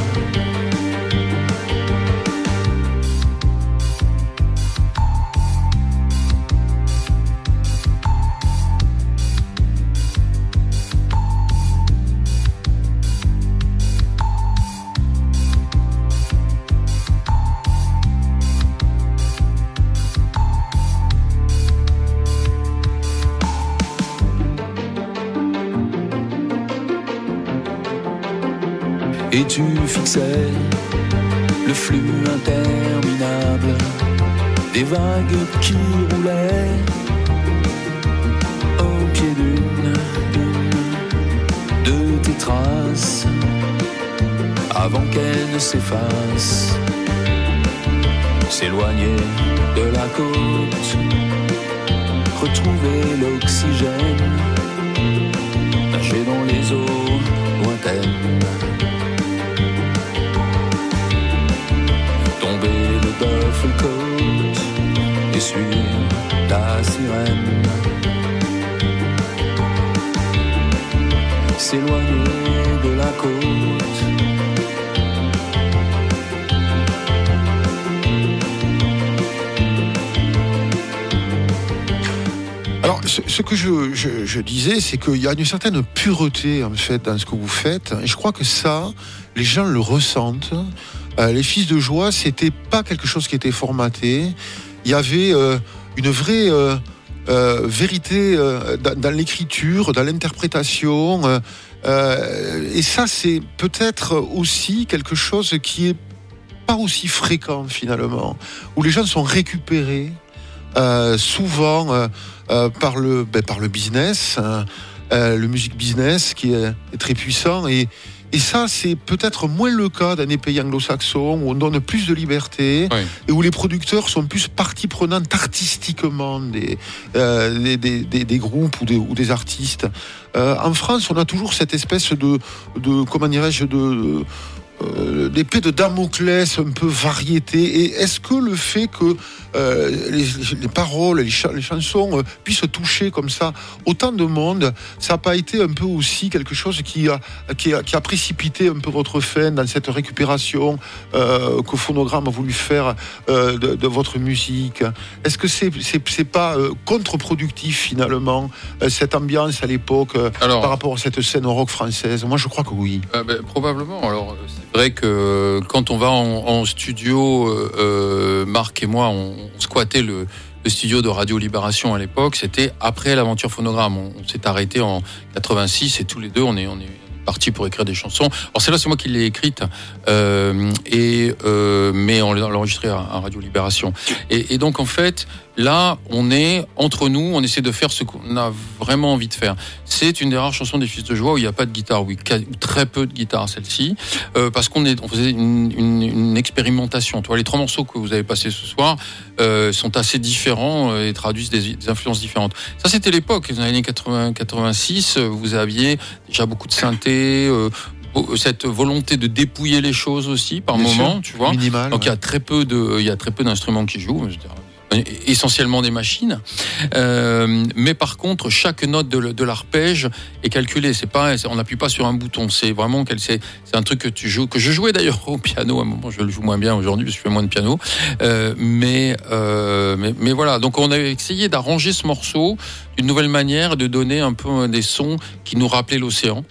Et tu fixais le flux interminable des vagues qui roulaient au pied d'une de tes traces avant qu'elles ne s'effacent. S'éloigner de la côte, retrouver l'oxygène, nager dans les eaux lointaines. Buffalo Coast et suivre la sirène. S'éloigner de la côte. Alors, ce que je disais, c'est qu'il y a une certaine pureté en fait dans ce que vous faites. Et je crois que ça, les gens le ressentent. Les Fils de Joie, c'était pas quelque chose qui était formaté. Il y avait une vraie vérité dans l'écriture, dans l'interprétation. Et ça, c'est peut-être aussi quelque chose qui est pas aussi fréquent finalement, où les gens sont récupérés souvent par le business, le music business qui est très puissant. Et ça, c'est peut-être moins le cas dans les pays anglo-saxons où on donne plus de liberté, oui, et où les producteurs sont plus partie prenante artistiquement des groupes ou des artistes. En France, on a toujours cette espèce de comment dirais-je, d'épée de Damoclès un peu variété. Et est-ce que le fait que les paroles, les chansons puissent toucher comme ça autant de monde, ça n'a pas été un peu aussi quelque chose qui a précipité un peu votre fin dans cette récupération que Phonogramme a voulu faire de votre musique? Est-ce que c'est pas contre-productif finalement cette ambiance à l'époque par rapport à cette scène rock française? Moi je crois que oui. Probablement. Alors c'est vrai que quand on va en studio, Marc et moi on squattait le studio de Radio Libération à l'époque. C'était après l'aventure Phonogramme. On s'est arrêté en 86 et tous les deux on est partis pour écrire des chansons. Alors celle-là c'est moi qui l'ai écrite, mais on l'a enregistrée à Radio Libération. Et donc en fait là on est entre nous, on essaie de faire ce qu'on a vraiment envie de faire. C'est une des rares chansons des Fils de Joie où il n'y a pas de guitare, ou très peu de guitare, celle-ci, parce qu'on faisait une expérimentation. Tu vois, les 3 morceaux que vous avez passés ce soir sont assez différents et traduisent des influences différentes. Ça c'était l'époque, dans les années 86, vous aviez déjà beaucoup de synthé, cette volonté de dépouiller les choses aussi par moment, tu vois. Minimal, donc il y a très peu d'instruments qui jouent, je veux dire, essentiellement des machines, mais par contre chaque note de l'arpège est calculée. On n'appuie pas sur un bouton, c'est vraiment c'est un truc que je jouais d'ailleurs au piano à un moment. Je le joue moins bien aujourd'hui parce que je fais moins de piano, mais voilà. Donc on a essayé d'arranger ce morceau d'une nouvelle manière, de donner un peu des sons qui nous rappelaient l'océan.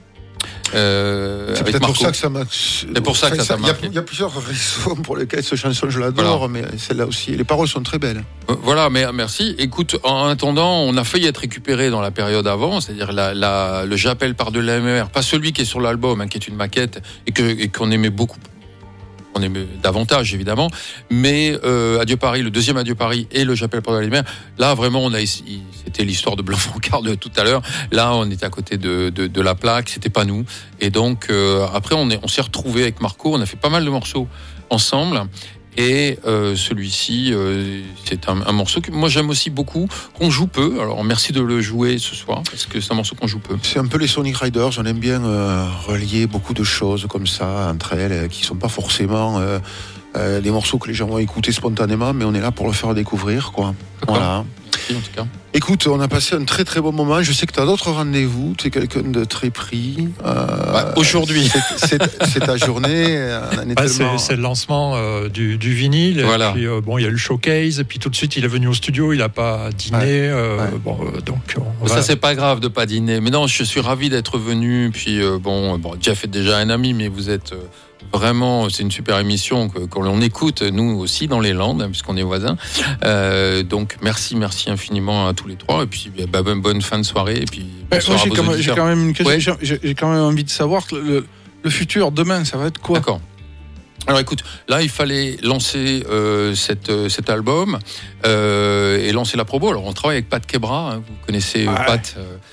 C'est peut-être pour ça que ça m'a. C'est pour ça que ça m'a marqué. Il y a plusieurs raisons pour lesquelles cette chanson je l'adore, voilà. Mais celle-là aussi. Les paroles sont très belles. Voilà, mais merci. Écoute, en attendant, on a failli être récupéré dans la période avant, c'est-à-dire le J'appelle par-delà la mer, pas celui qui est sur l'album, qui est une maquette et qu'on aimait beaucoup. On aimait davantage évidemment, mais Adieu Paris, le deuxième Adieu Paris et le J'appelle par-delà la mer, là vraiment c'était l'histoire de Blanc-Francard de tout à l'heure. Là on était à côté de la plaque, c'était pas nous, et donc après on s'est retrouvés avec Marco, on a fait pas mal de morceaux ensemble. Et celui-ci, c'est un morceau que moi j'aime aussi beaucoup, qu'on joue peu. Alors merci de le jouer ce soir, parce que c'est un morceau qu'on joue peu. C'est un peu les Sonic Riders, on aime bien relier beaucoup de choses comme ça entre elles, qui ne sont pas forcément des morceaux que les gens vont écouter spontanément, mais on est là pour le faire découvrir, quoi. Voilà. Merci en tout cas. Écoute, on a passé un très très bon moment. Je sais que tu as d'autres rendez-vous. Tu es quelqu'un de très pris. Aujourd'hui. C'est ta journée. C'est le lancement du vinyle. Voilà. Et puis, il y a eu le showcase. Et puis tout de suite, il est venu au studio. Il n'a pas dîné. Donc, ça, c'est pas grave de pas dîner. Mais non, je suis ravi d'être venu. Puis Jeff est déjà un ami, mais vous êtes... Vraiment, c'est une super émission qu'on l'on écoute, nous aussi, dans les Landes, puisqu'on est voisins. Donc, merci infiniment à tous les trois. Et puis, bonne fin de soirée. Et puis, j'ai quand même une question. Ouais. J'ai quand même envie de savoir le futur, demain, ça va être quoi? D'accord. Alors écoute, là il fallait lancer cet album et lancer la promo. Alors on travaille avec Pat Kebra, vous connaissez Pat.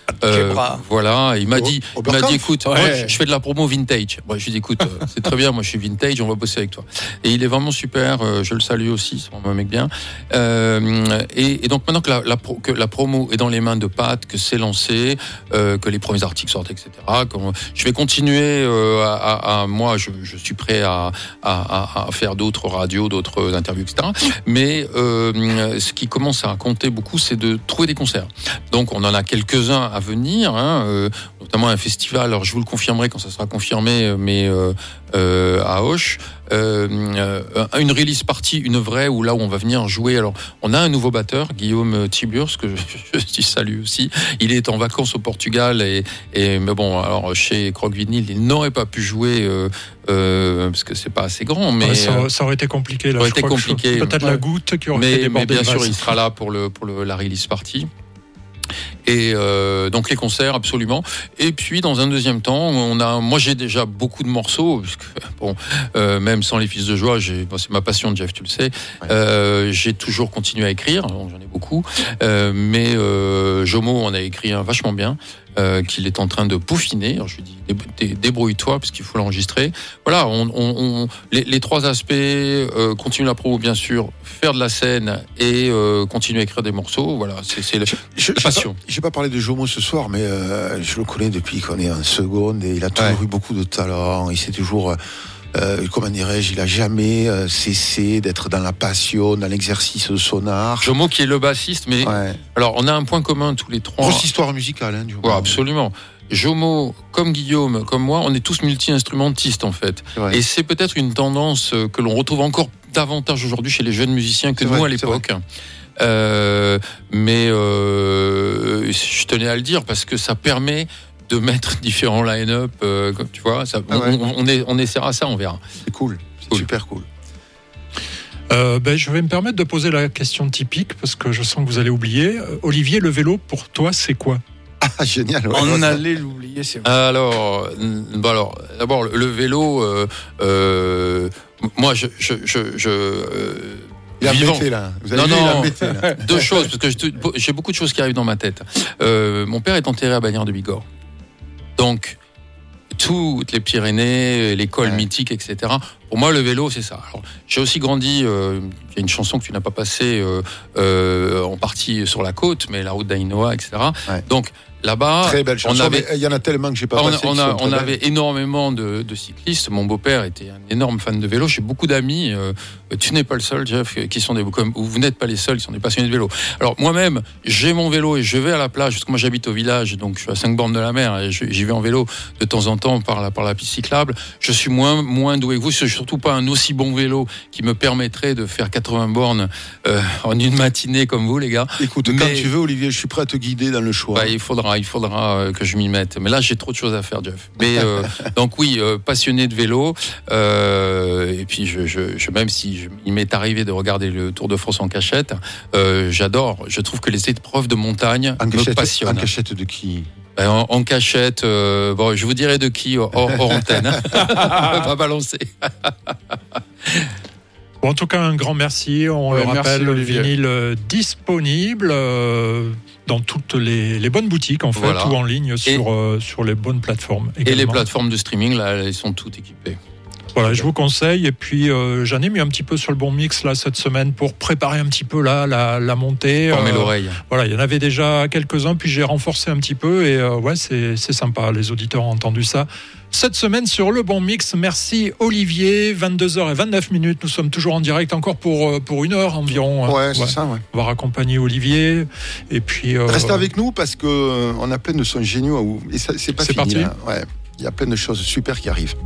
Voilà, il m'a dit écoute, moi, je fais de la promo vintage. Bon, je lui ai dit écoute, c'est très bien, moi je suis vintage, on va bosser avec toi. Et il est vraiment super, je le salue aussi, c'est vraiment un mec bien. Et donc maintenant que la promo est dans les mains de Pat, que c'est lancé, que les premiers articles sortent, etc. Je vais continuer moi je suis prêt à faire d'autres radios, d'autres interviews, etc. Mais ce qui commence à compter beaucoup, c'est de trouver des concerts. Donc on en a quelques-uns à venir, notamment notamment un festival. Alors je vous le confirmerai quand ça sera confirmé, mais à Auch, une release party, une vraie, où là où on va venir jouer. Alors on a un nouveau batteur, Guillaume Tiburce, que je salue aussi. Il est en vacances au Portugal mais bon, alors chez Croque Vinyl, il n'aurait pas pu jouer parce que c'est pas assez grand. Mais ça aurait été compliqué. Là, ça aurait été compliqué. Peut-être la goutte qui aurait fait déborder. Mais bien sûr, il sera là pour la release party. Et donc les concerts, absolument. Et puis dans un deuxième temps, moi j'ai déjà beaucoup de morceaux, puisque, bon, même sans les Fils de Joie, c'est ma passion, Jeff, tu le sais. Ouais. J'ai toujours continué à écrire, donc j'en ai beaucoup. Mais Jomo en a écrit un vachement bien. Qu'il est en train de peaufiner. Alors je lui dis débrouille-toi parce qu'il faut l'enregistrer. Voilà, les trois aspects, continuer la promo bien sûr, faire de la scène et continuer à écrire des morceaux. Voilà, c'est la passion. J'ai pas parlé de Jomo ce soir, mais je le connais depuis qu'on est en seconde et il a toujours eu beaucoup de talent. Il s'est toujours comment dirais-je, il a jamais cessé d'être dans la passion, dans l'exercice de son art. Jomo qui est le bassiste, mais alors on a un point commun tous les trois. Grosse histoire musicale, hein, Jomo. Ouais, absolument. Jomo, comme Guillaume, comme moi, on est tous multi-instrumentistes en fait. Et c'est peut-être une tendance que l'on retrouve encore davantage aujourd'hui chez les jeunes musiciens que nous à l'époque. Mais je tenais à le dire parce que ça permet de mettre différents line-up, comme tu vois, on essaiera ça, on verra. C'est cool, super cool. Je vais me permettre de poser la question typique parce que je sens que vous allez oublier. Olivier, le vélo pour toi, c'est quoi ? Ah, génial. Ouais. On allait l'oublier, c'est vrai. Alors, d'abord le vélo. Moi, il a embêté là. Vous avez embêté, là. Deux choses, parce que j'ai beaucoup de choses qui arrivent dans ma tête. Mon père est enterré à Bagnères de Bigorre. Donc, toutes les Pyrénées, l'école mythique, etc. Pour moi, le vélo, c'est ça. Alors, j'ai aussi grandi, il y a une chanson que tu n'as pas passée en partie sur la côte, mais la route d'Ainoa, etc. Ouais. Donc, là-bas, très belle chanson, il y en a tellement que j'ai pas passé. On avait énormément de cyclistes. Mon beau-père était un énorme fan de vélo. J'ai beaucoup d'amis. Tu n'es pas le seul, Jeff, qui sont vous n'êtes pas les seuls qui sont des passionnés de vélo. Alors moi-même, j'ai mon vélo et je vais à la plage. Parce que moi, j'habite au village, donc je suis à 5 bornes de la mer. Et j'y vais en vélo de temps en temps par la piste cyclable. Je suis moins doué que vous. Je suis surtout pas un aussi bon vélo qui me permettrait de faire 80 bornes en une matinée comme vous, les gars. Écoute, quand tu veux, Olivier, je suis prêt à te guider dans le choix. Il faudra que je m'y mette. Mais là, j'ai trop de choses à faire, Jeff. Mais donc oui, passionné de vélo. Et puis, même si il m'est arrivé de regarder le Tour de France en cachette, j'adore. Je trouve que les épreuves de montagne me passionnent. En cachette de qui ? En cachette, je vous dirai de qui hors antenne. On va pas balancer. Bon, en tout cas, un grand merci. On le rappelle, le vinyle disponible dans toutes les bonnes boutiques, en fait, ou en ligne sur les bonnes plateformes. Également. Et les plateformes de streaming, là, elles sont toutes équipées. Voilà, je vous conseille. Et puis, j'en ai mis un petit peu sur le bon mix là cette semaine pour préparer un petit peu la montée. Former l'oreille. Voilà, il y en avait déjà quelques-uns, puis j'ai renforcé un petit peu. Et c'est sympa. Les auditeurs ont entendu ça cette semaine sur le bon mix. Merci Olivier. 22h29. Nous sommes toujours en direct encore pour une heure environ. C'est ça. Ouais. On va raccompagner Olivier. Et puis restez avec nous parce que on a plein de sons géniaux. Et ça, c'est pas fini. Parti. Là. Ouais, il y a plein de choses super qui arrivent.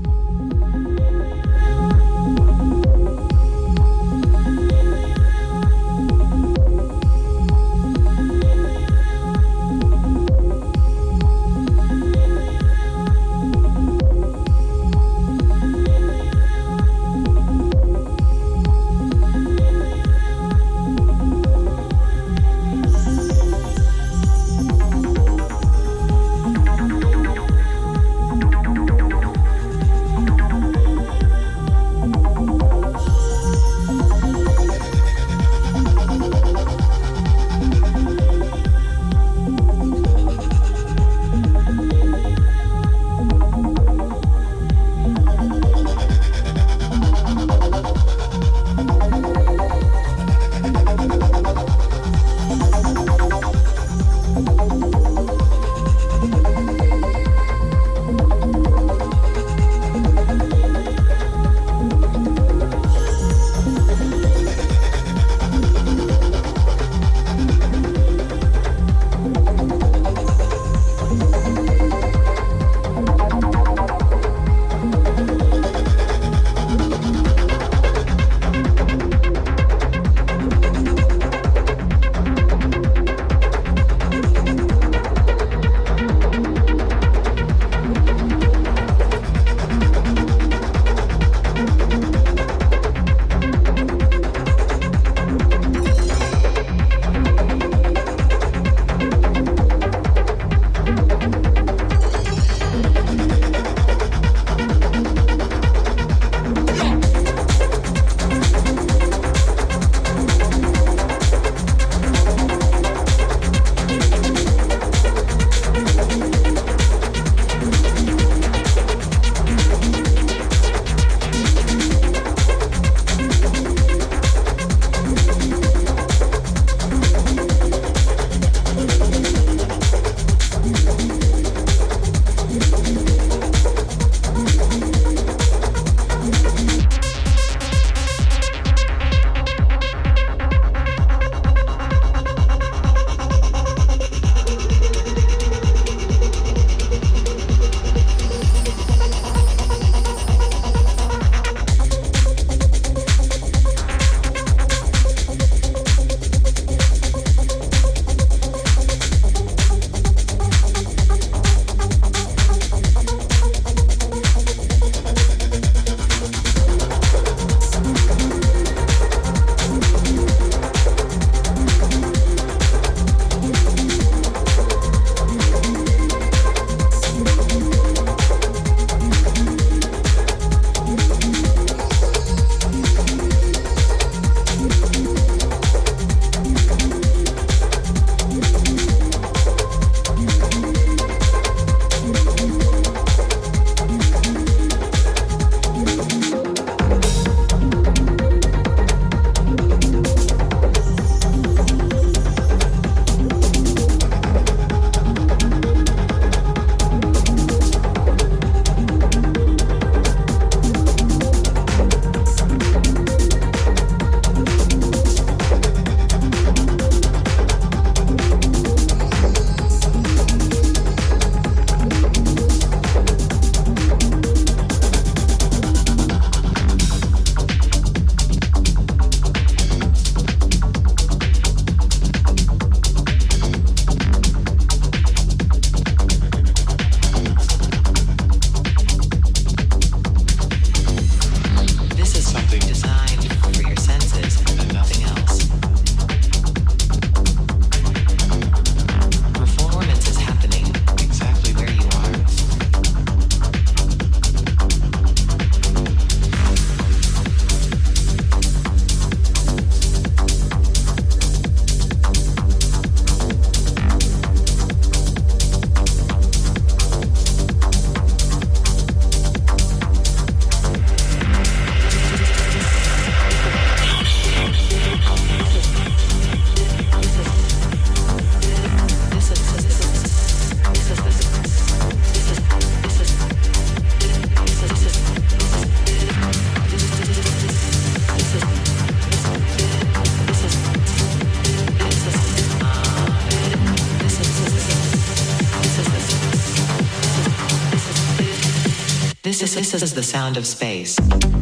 This is the sound of space.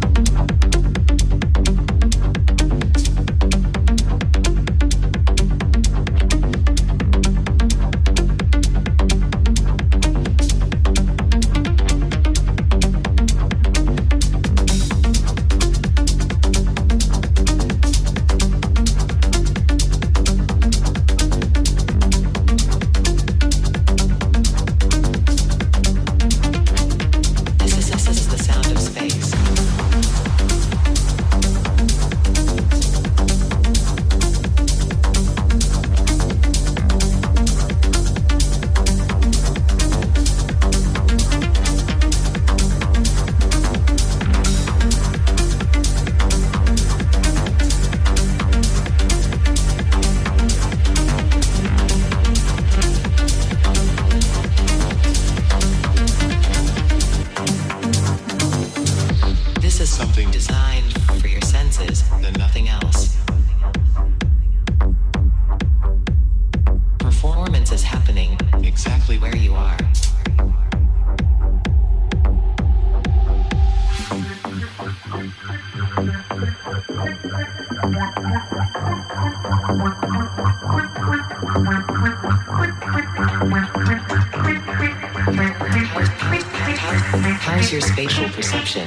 How's your spatial perception?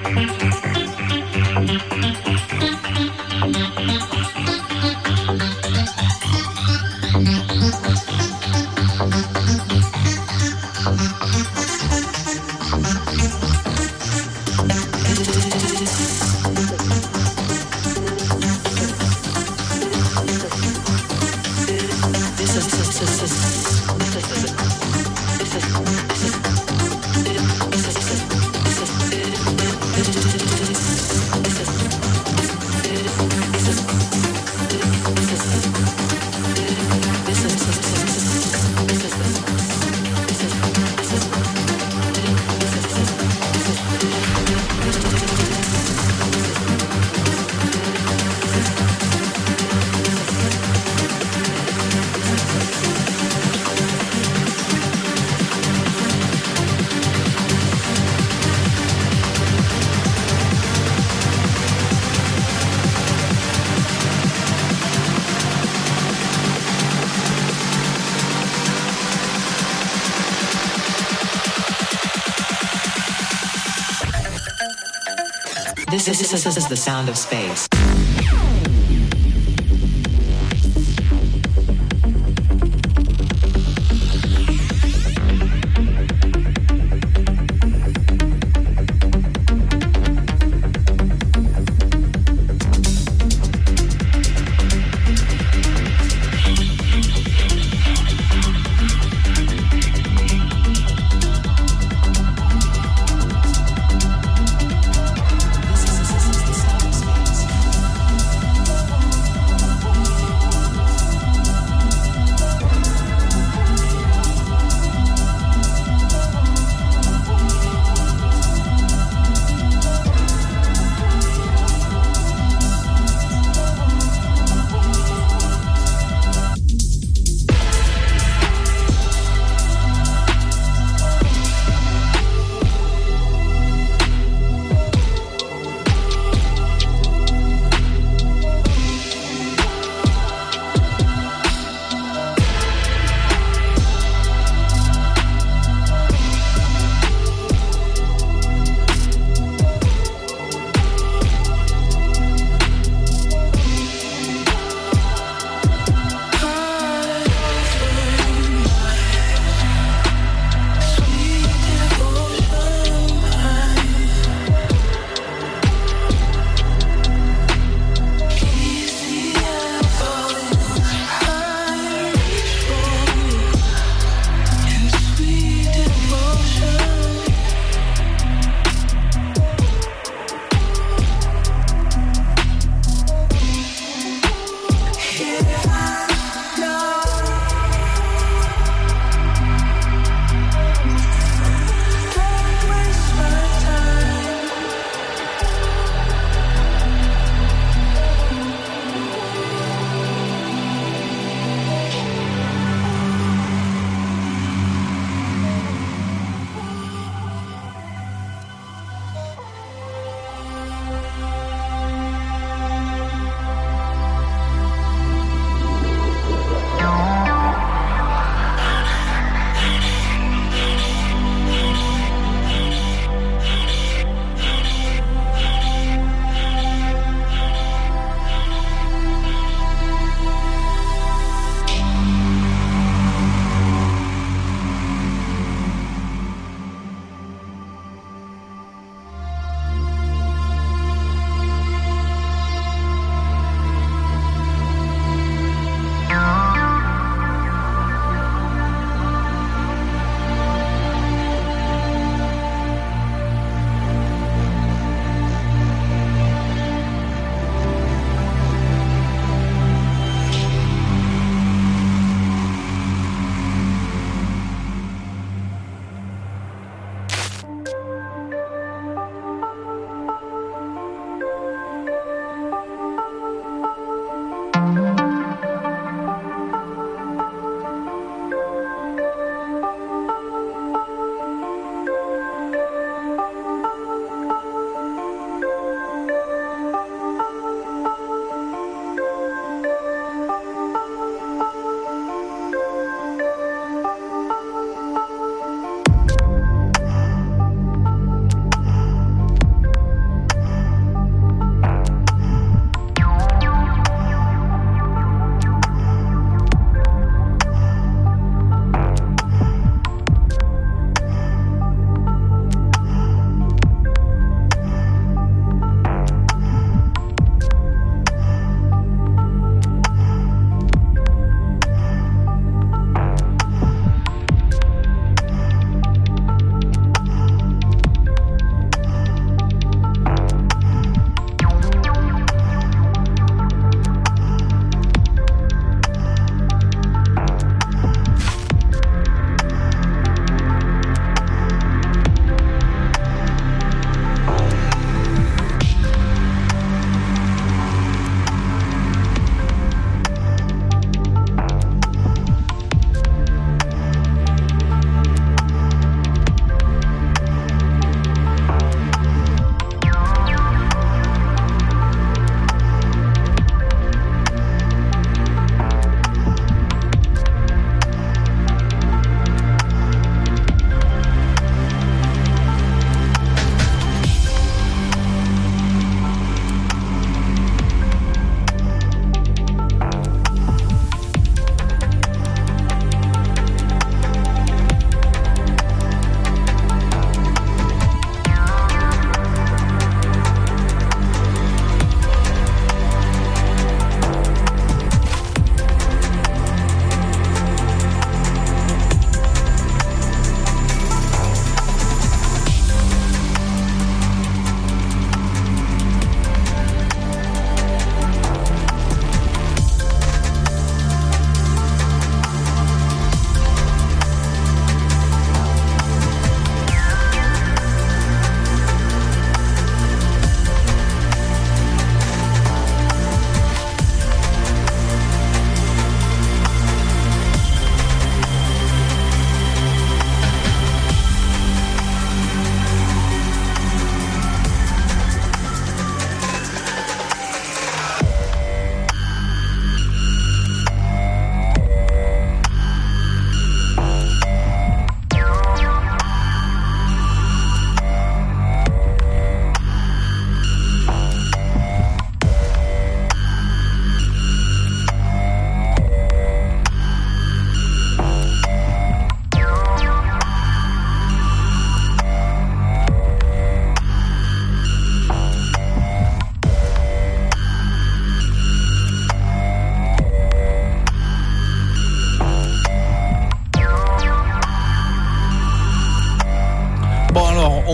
This is the sound of space.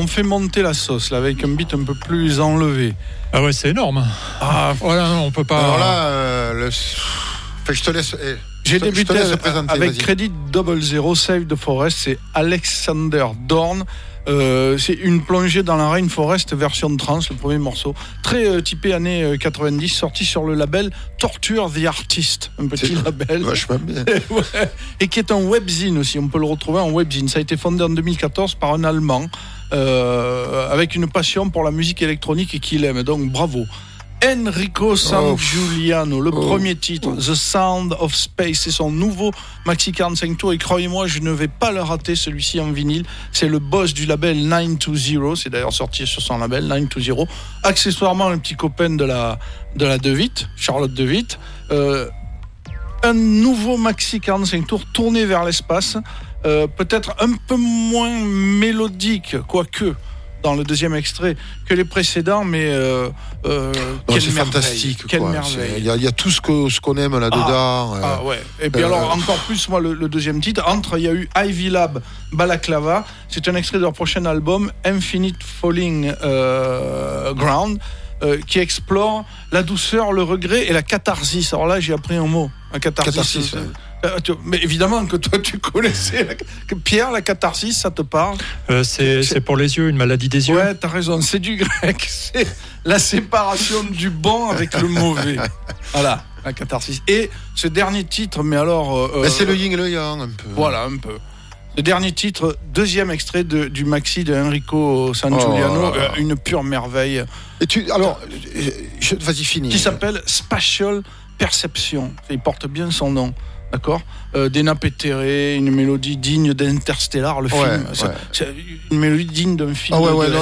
on fait monter la sauce là, avec un beat un peu plus enlevé. Ah ouais, c'est énorme. Voilà, on peut pas. Alors là, je te laisse. J'ai débuté avec Credit 00, Save the Forest, c'est Alexander Dorn. C'est une plongée dans la Rainforest version trance, le premier morceau. Très typé années 90, sorti sur le label Torture the Artist, un petit label. Vachement bien. Ouais. Et qui est un webzine aussi, on peut le retrouver en webzine. Ça a été fondé en 2014 par un Allemand, avec une passion pour la musique électronique et qu'il aime, donc bravo. Enrico Sangiuliano, le premier titre, The Sound of Space, c'est son nouveau maxi 45 tours et croyez-moi, je ne vais pas le rater celui-ci en vinyle. C'est le boss du label 920, c'est d'ailleurs sorti sur son label 920. Accessoirement, un petit copain de la De Witt, Charlotte De Witt. Un nouveau maxi 45 tours tourné vers l'espace, peut-être un peu moins mélodique, quoique dans le deuxième extrait que les précédents, mais c'est fantastique. Quelle merveille. Il y a tout ce qu'on aime là-dedans. Ouais. Et puis alors, encore plus, moi, le deuxième titre, il y a eu Ivy Lab Balaclava. C'est un extrait de leur prochain album, Infinite Falling Ground, qui explore la douceur, le regret et la catharsis. Alors là, j'ai appris un mot. Un catharsis. Mais évidemment que toi tu connaissais Pierre, la catharsis, ça te parle? C'est pour les yeux, une maladie des yeux. Ouais, t'as raison, c'est du grec, c'est la séparation du bon avec le mauvais. Voilà, la catharsis. Et ce dernier titre, mais alors c'est le yin et le yang un peu. Voilà, un peu. Le dernier titre, deuxième extrait du maxi de Enrico Sangiuliano, une pure merveille. Et vas-y, finis. Qui s'appelle Spatial Perception. Il porte bien son nom. D'accord, des nappes éthérées, une mélodie digne d'Interstellar, le film. C'est une mélodie digne d'un film.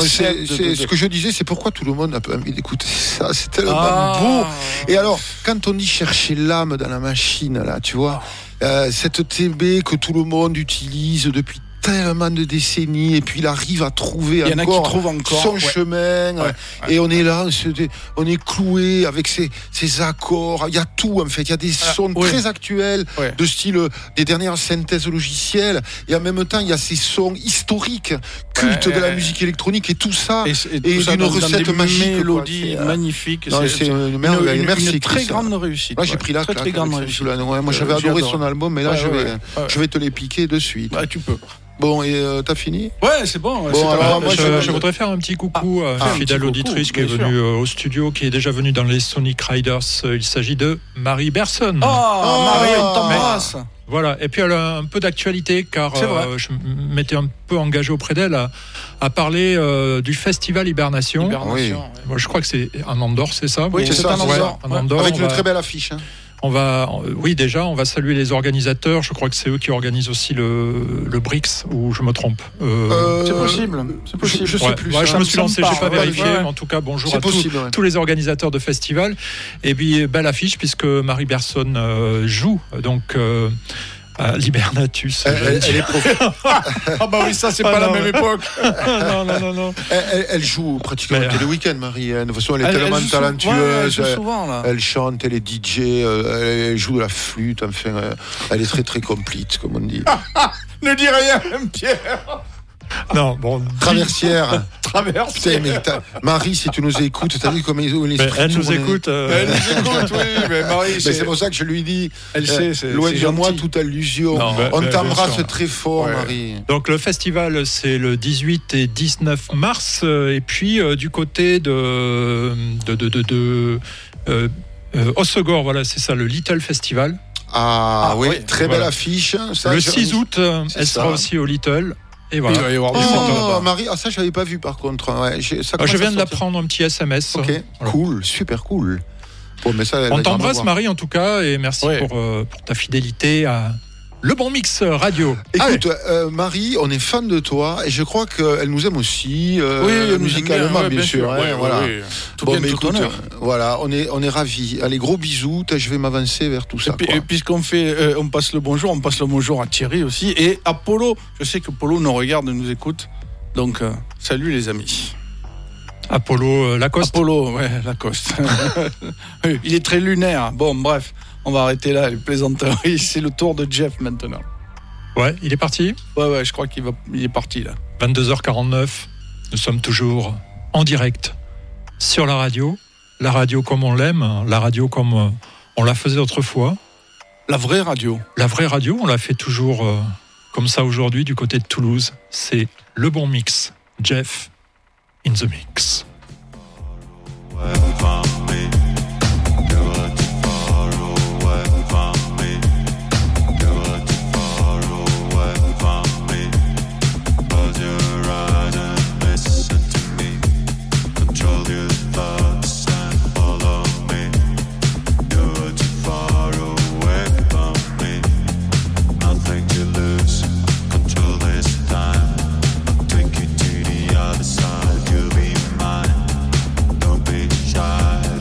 Ce que je disais, c'est pourquoi tout le monde n'a pas envie d'écouter ça. C'est tellement beau. Et alors, quand on dit chercher l'âme dans la machine, là, tu vois, cette TB que tout le monde utilise depuis tellement de décennies, et puis il arrive à trouver encore son chemin, et on est là, on est cloué avec ces accords, il y a tout en fait, il y a des sons très actuels, de style des dernières synthèses logicielles, et en même temps il y a ces sons historiques, cultes de la musique électronique, et tout ça, et d'une recette magique, mélodie magnifique. C'est une très grande réussite. Moi j'ai pris la claque. Moi j'avais adoré son album, mais là je vais te les piquer de suite. Tu peux. Bon, et t'as fini? Ouais, c'est bon. Alors, moi, je voudrais faire un petit coucou à une fidèle auditrice qui est venue au studio, qui est déjà venue dans les Sonic Riders. Il s'agit de Marie Berson. Marie, on t'embrasse. Voilà, et puis elle a un peu d'actualité, car je m'étais un peu engagé auprès d'elle à parler du festival Hibernation. Moi, je crois que c'est un Andorre, c'est ça? Oui, c'est un Andorre. Avec une très belle affiche. On va saluer les organisateurs. Je crois que c'est eux qui organisent aussi le BRICS, ou je me trompe. C'est possible. Je sais plus. Je me suis lancé, j'ai pas vérifié. Mais en tout cas, bonjour à tous les organisateurs de festivals. Et puis belle affiche, puisque Marie Berson joue donc. À l'Hibernatus. Elle est ça c'est pas la même époque. Non. Elle joue pratiquement tous les week-ends, Marie. De toute façon, elle est tellement talentueuse. Elle chante, elle est DJ, elle joue de la flûte. Enfin, elle est très très complète, comme on dit. Ne dis rien, Pierre. Non, bon. Traversière. Putain, mais Marie, si tu nous écoutes, t'as vu comment elle nous écoute. Elle nous écoute, oui. Mais Marie, c'est pour ça que je lui dis. Elle sait, loin de moi toute allusion. On t'embrasse très fort, Marie. Donc le festival, c'est le 18 et 19 mars, et puis du côté de Hossegor, voilà, c'est ça, le Little Festival. Oui, très belle affiche. Le 6 août, elle sera aussi au Little. Et voilà. Marie, ça je l'avais pas vu par contre. Je viens de l'apprendre, un petit SMS. Ok, cool, super cool. Bon, mais ça, on t'embrasse Marie en tout cas, et merci pour ta fidélité à Le Bon Mix Radio. Écoute, Marie, on est fan de toi, et je crois qu'elle nous aime aussi, musicalement bien sûr. Voilà. Voilà, on est ravis. Allez, gros bisous. Je vais m'avancer vers tout ça. Et puisqu'on fait, on passe le bonjour à Thierry aussi, et à Polo. Je sais que Polo nous regarde, nous écoute. Donc, salut les amis. Apollo Lacoste. Lacoste. Il est très lunaire. Bon, bref, on va arrêter là les plaisanteries. C'est le tour de Jeff maintenant. Ouais, il est parti. Ouais, je crois qu'il est parti là. 22h49. Nous sommes toujours en direct sur la radio comme on l'aime, la radio comme on la faisait autrefois. La vraie radio. La vraie radio, on la fait toujours comme ça aujourd'hui du côté de Toulouse. C'est le bon mix. Jeff in the mix. Take you to the other side, you'll be mine. Don't be shy.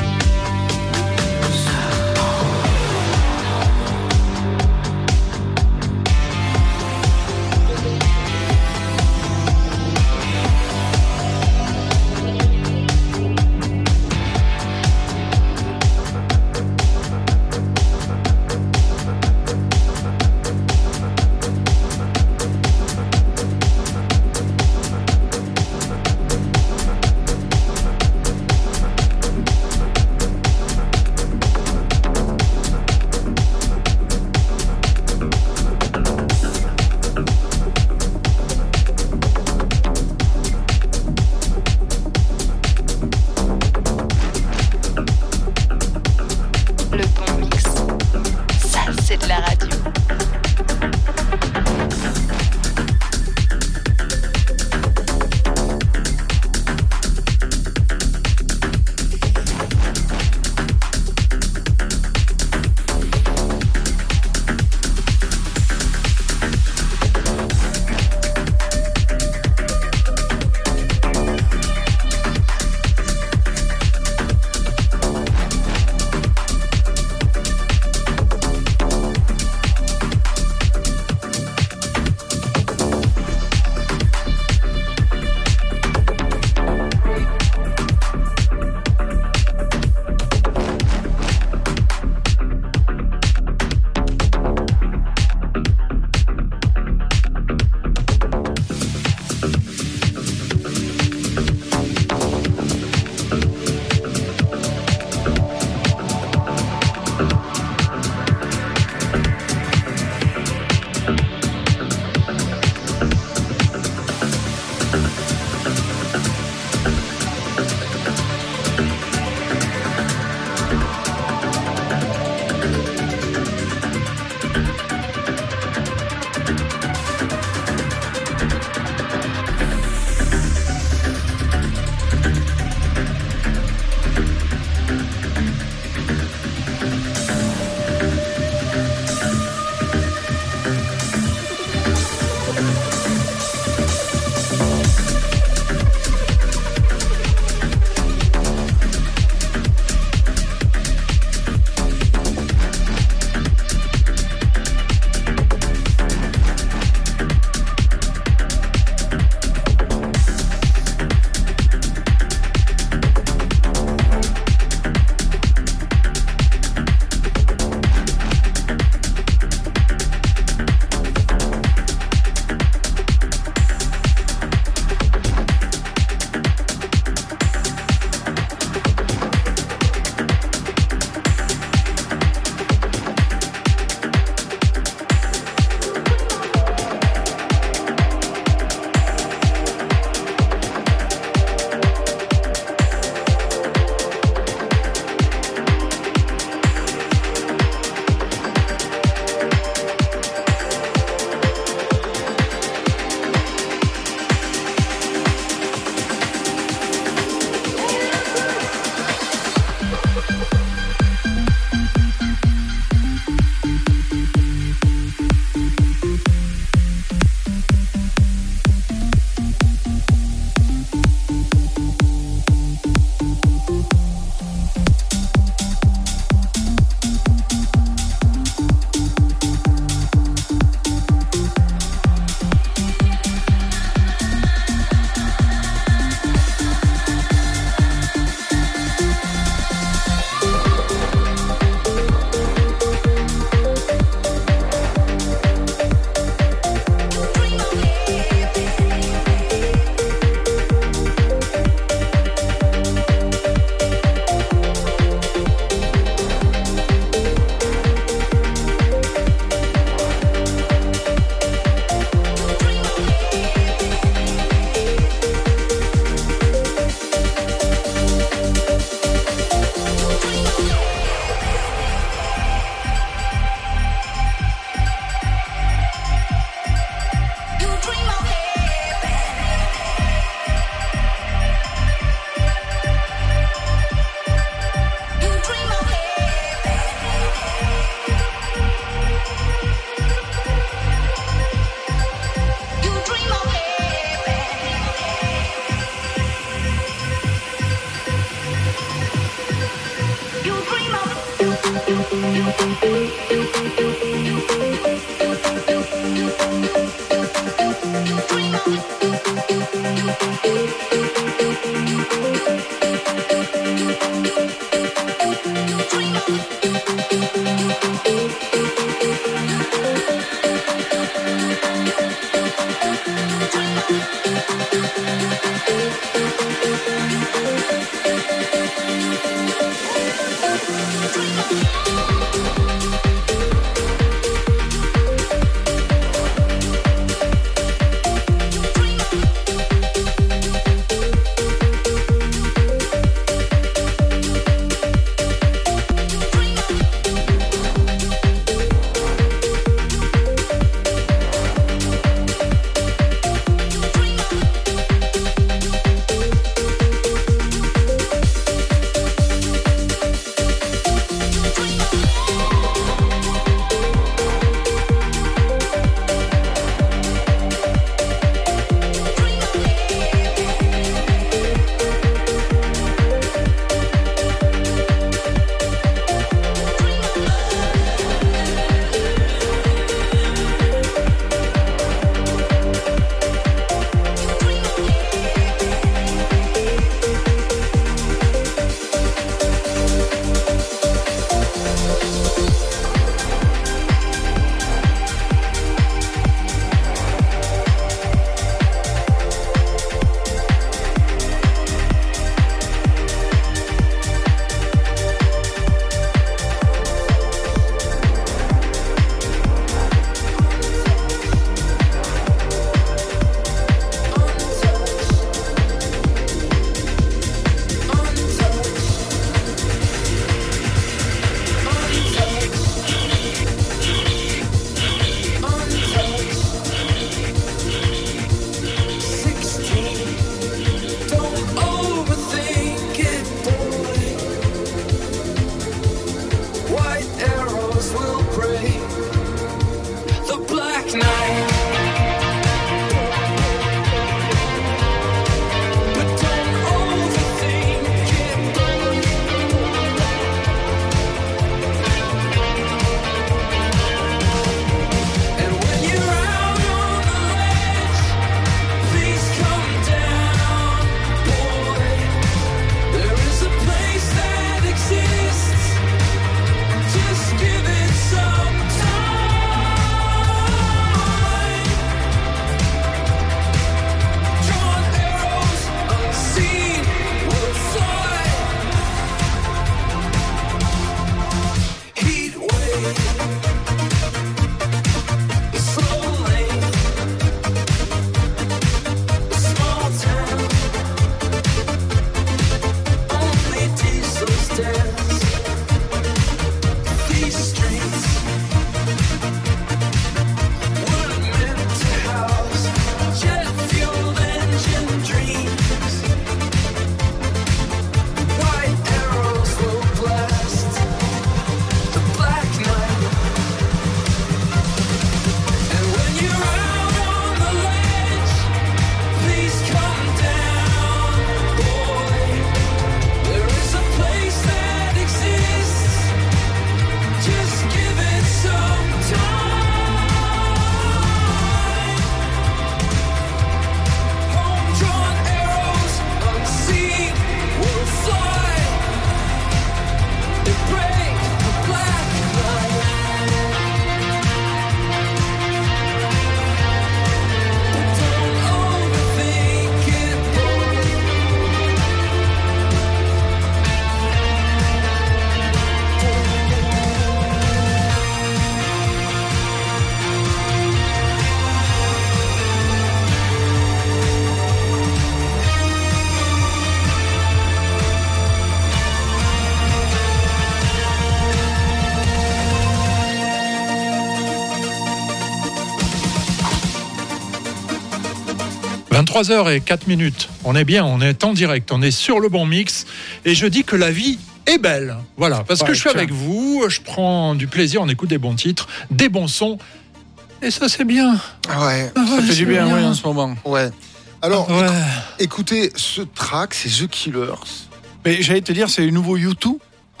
23h04. On est bien, on est en direct, on est sur le bon mix. Et je dis que la vie est belle. Voilà, parce que je suis avec vous, je prends du plaisir, on écoute des bons titres, des bons sons. Et ça, c'est bien. Ouais, ça fait du bien, oui, en ce moment. Ouais. Alors, écoutez, ce track, c'est The Killers. Mais j'allais te dire, c'est le nouveau U2.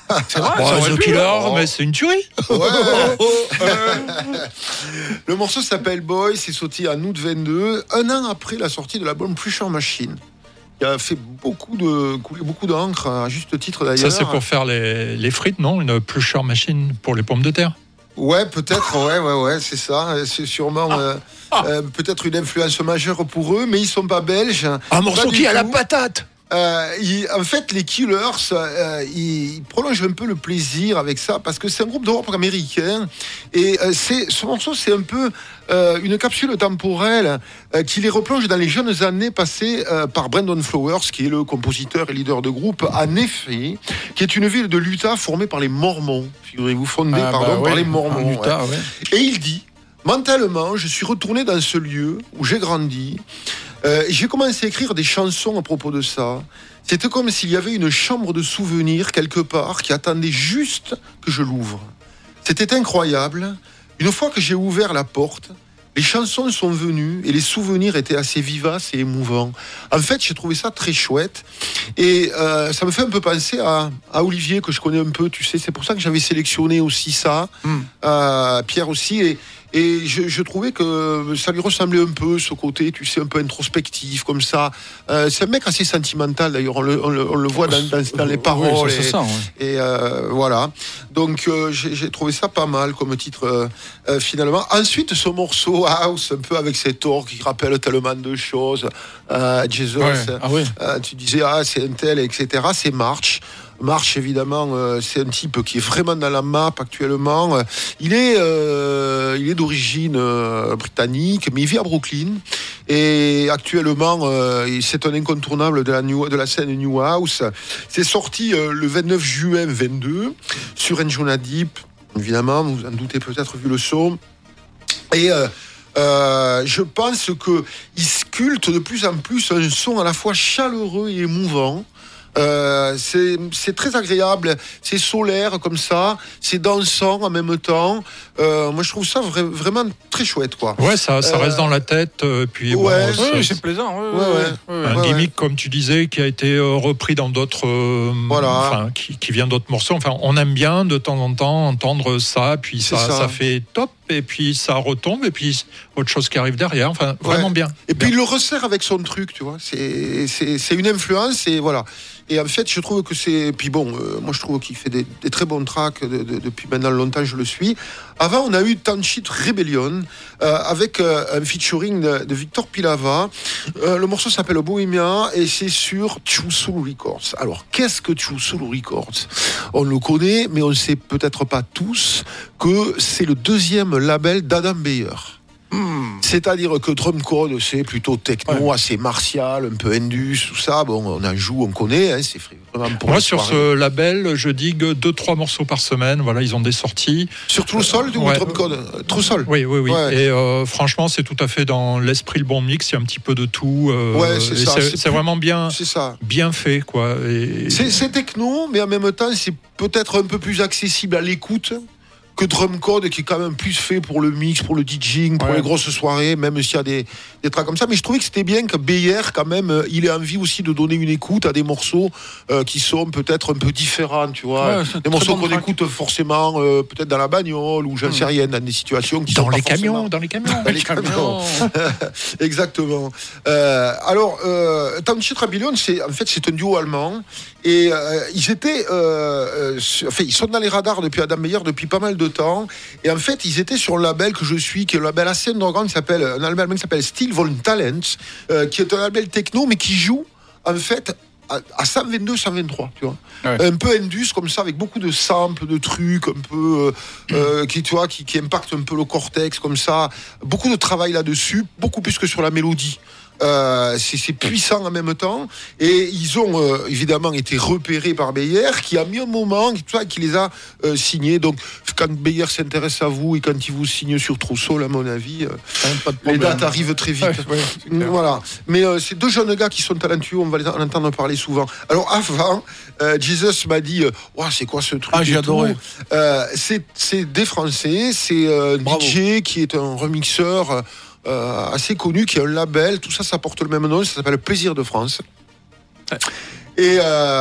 C'est vrai, The Killer, mais c'est une tuerie. Le morceau s'appelle Boy, c'est sorti en août 22, un an après la sortie de l'album Pressure Machine, qui a fait couler beaucoup d'encre, à juste titre d'ailleurs. Ça, c'est pour faire les frites, non? Une Pressure Machine pour les pommes de terre. Ouais, peut-être, ouais, c'est ça. C'est sûrement peut-être une influence majeure pour eux, mais ils sont pas belges. Un morceau qui a la patate. En fait, les Killers, ils prolongent un peu le plaisir avec ça parce que c'est un groupe de rock américain et ce morceau, c'est un peu une capsule temporelle qui les replonge dans les jeunes années passées par Brandon Flowers, qui est le compositeur et leader de groupe, en effet, qui est une ville de l'Utah formée par les Mormons, figurez-vous, fondée par les Mormons. Utah, ouais. Et il dit, mentalement, je suis retourné dans ce lieu où j'ai grandi. J'ai commencé à écrire des chansons à propos de ça. C'était comme s'il y avait une chambre de souvenirs quelque part qui attendait juste que je l'ouvre. C'était incroyable. Une fois que j'ai ouvert la porte, les chansons sont venues et les souvenirs étaient assez vivaces et émouvants. En fait, j'ai trouvé ça très chouette. Et ça me fait un peu penser à Olivier, que je connais un peu, tu sais. C'est pour ça que j'avais sélectionné aussi ça. Pierre aussi. Et je trouvais que ça lui ressemblait un peu, ce côté, tu sais, un peu introspectif, comme ça. C'est un mec assez sentimental, d'ailleurs. On le voit dans les paroles. Oui, c'est ça, ouais. Et voilà. Donc, j'ai trouvé ça pas mal comme titre, finalement. Ensuite, ce morceau House, un peu avec cet orgue qui rappelle tellement de choses. Jesus, tu disais, c'est un tel, etc. C'est March. March, évidemment, c'est un type qui est vraiment dans la map actuellement. Il est d'origine britannique, mais il vit à Brooklyn. Et actuellement, c'est un incontournable de la scène New House. C'est sorti le 29 juin 22 sur Anjuna Deep. Évidemment, vous en doutez peut-être vu le son. Et je pense qu'il sculpte de plus en plus un son à la fois chaleureux et émouvant. C'est très agréable, c'est solaire comme ça, c'est dansant en même temps. Moi je trouve ça vraiment très chouette, quoi. Ouais, ça reste dans la tête. Puis c'est plaisant. Un gimmick, comme tu disais, qui a été repris dans d'autres, qui vient d'autres morceaux. Enfin, on aime bien de temps en temps entendre ça, puis ça fait top. Et puis ça retombe, et puis autre chose qui arrive derrière. Enfin, vraiment bien. Et puis il le resserre avec son truc, tu vois. C'est une influence, et voilà. Et en fait, je trouve que c'est. Puis bon, moi je trouve qu'il fait des très bons tracks depuis maintenant longtemps, je le suis. Avant, on a eu Township Rebellion avec un featuring de Victor Pilava. Le morceau s'appelle Bohemia et c'est sur True Soul Records. Alors, qu'est-ce que True Soul Records? On le connaît, mais on ne sait peut-être pas tous que c'est le deuxième label d'Adam Beyer. C'est-à-dire que Drum Code, c'est plutôt techno, assez martial, un peu indus, tout ça. Bon, on en joue, on connaît. Hein, c'est vraiment pour moi, sur ce label, je digue 2-3 morceaux par semaine. Voilà, ils ont des sorties. Sur True Soul ou Drum Code? True Soul. Oui. Ouais. Et franchement, c'est tout à fait dans l'esprit, le bon mix. Il y a un petit peu de tout. C'est vraiment bien fait, quoi. Et... C'est techno, mais en même temps, c'est peut-être un peu plus accessible à l'écoute que Drum Code, qui est quand même plus fait pour le mix, pour le DJing, pour les grosses soirées, même s'il y a des tracks comme ça. Mais je trouvais que c'était bien que Beyer, quand même, il ait envie aussi de donner une écoute à des morceaux qui sont peut-être un peu différents, tu vois. Des morceaux qu'on écoute forcément peut-être dans la bagnole, ou j'en sais rien, dans des situations qui sont pas forcément... Dans les camions. Exactement. Alors, Township Rebellion, c'est un duo allemand. Et ils sont dans les radars depuis Adam Beyer depuis pas mal de temps. Et en fait, ils étaient sur le label que je suis, qui est un label assez underground, un label qui s'appelle Steel Von Talent, qui est un label techno, mais qui joue en fait à 122, 123, tu vois. Un peu indus comme ça, avec beaucoup de samples, de trucs, un peu qui impactent un peu le cortex comme ça. Beaucoup de travail là-dessus, beaucoup plus que sur la mélodie. C'est puissant en même temps, et ils ont évidemment été repérés par Beyer, qui a mis un moment, qui les a signés. Donc quand Beyer s'intéresse à vous et quand il vous signe sur True Soul, à mon avis, les dates arrivent très vite. Voilà. Mais ces deux jeunes gars qui sont talentueux, on va en entendre parler souvent. Alors avant, Jesus m'a dit c'est quoi ce truc? J'ai adoré. C'est des Français, c'est DJ qui est un remixeur assez connu, qui a un label, tout ça, ça porte le même nom, ça s'appelle Plaisir de France. Et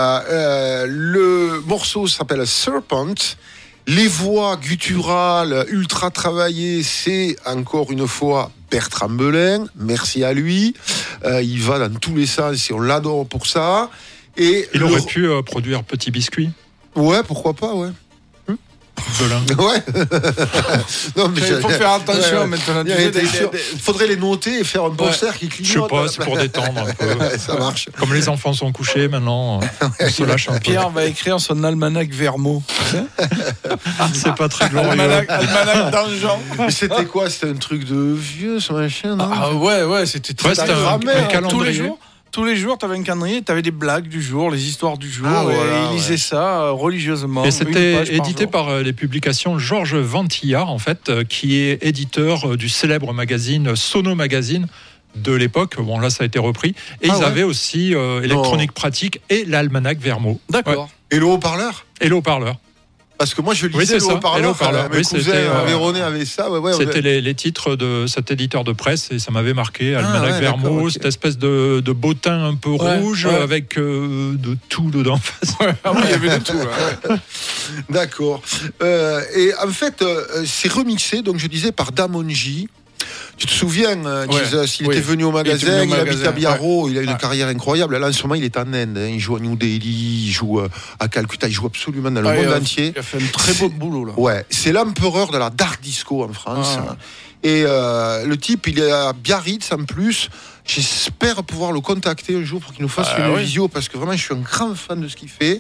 le morceau s'appelle Serpent. Les voix gutturales ultra travaillées, c'est encore une fois Bertrand Belin. Merci à lui. Il va dans tous les sens et on l'adore pour ça. Et il aurait pu produire Petit Biscuit. Ouais, pourquoi pas, ouais. Belin. Ouais. Non, mais il faut faire attention maintenant. Il faudrait les noter et faire un poster qui clignote. Je sais pas, c'est pour détendre un peu. Ça marche. Comme les enfants sont couchés maintenant, on se lâche un peu. Pierre va écrire son almanach Vermo. C'est pas très glorieux. Almanach d'argent. Mais c'était quoi? C'était un truc de vieux, ce machin, non? Ah ouais, c'était très un calendrier. Tous les jours, tu avais un calendrier, tu avais des blagues du jour, les histoires du jour. Il lisait ça religieusement. Et c'était édité par les publications Georges Ventillard, en fait, qui est éditeur du célèbre magazine Sono Magazine de l'époque. Bon, là, ça a été repris. Et ils avaient aussi Électronique Pratique et l'Almanach Vermo. D'accord. Ouais. Et le haut-parleur? Et le haut-parleur. Parce que moi je lisais le haut-parleur. Mes cousins Véroné avait ça. C'était les titres de cet éditeur de presse et ça m'avait marqué. Almanach Vermo, cette espèce de bottin un peu rouge avec de tout dedans. Il y avait de tout. D'accord. Et en fait, c'est remixé, donc je disais, par Damonji. Tu te souviens, Jesus, il était venu au magasin, il habite à Biarro, il a une carrière incroyable. Là, en ce moment, il est en Inde. Il joue à New Delhi, il joue à Calcutta, il joue absolument dans le monde entier. Il a fait un très beau boulot, là. Ouais, c'est l'empereur de la dark disco en France. Et le type, il est à Biarritz en plus. J'espère pouvoir le contacter un jour pour qu'il nous fasse une visio, parce que vraiment, je suis un grand fan de ce qu'il fait.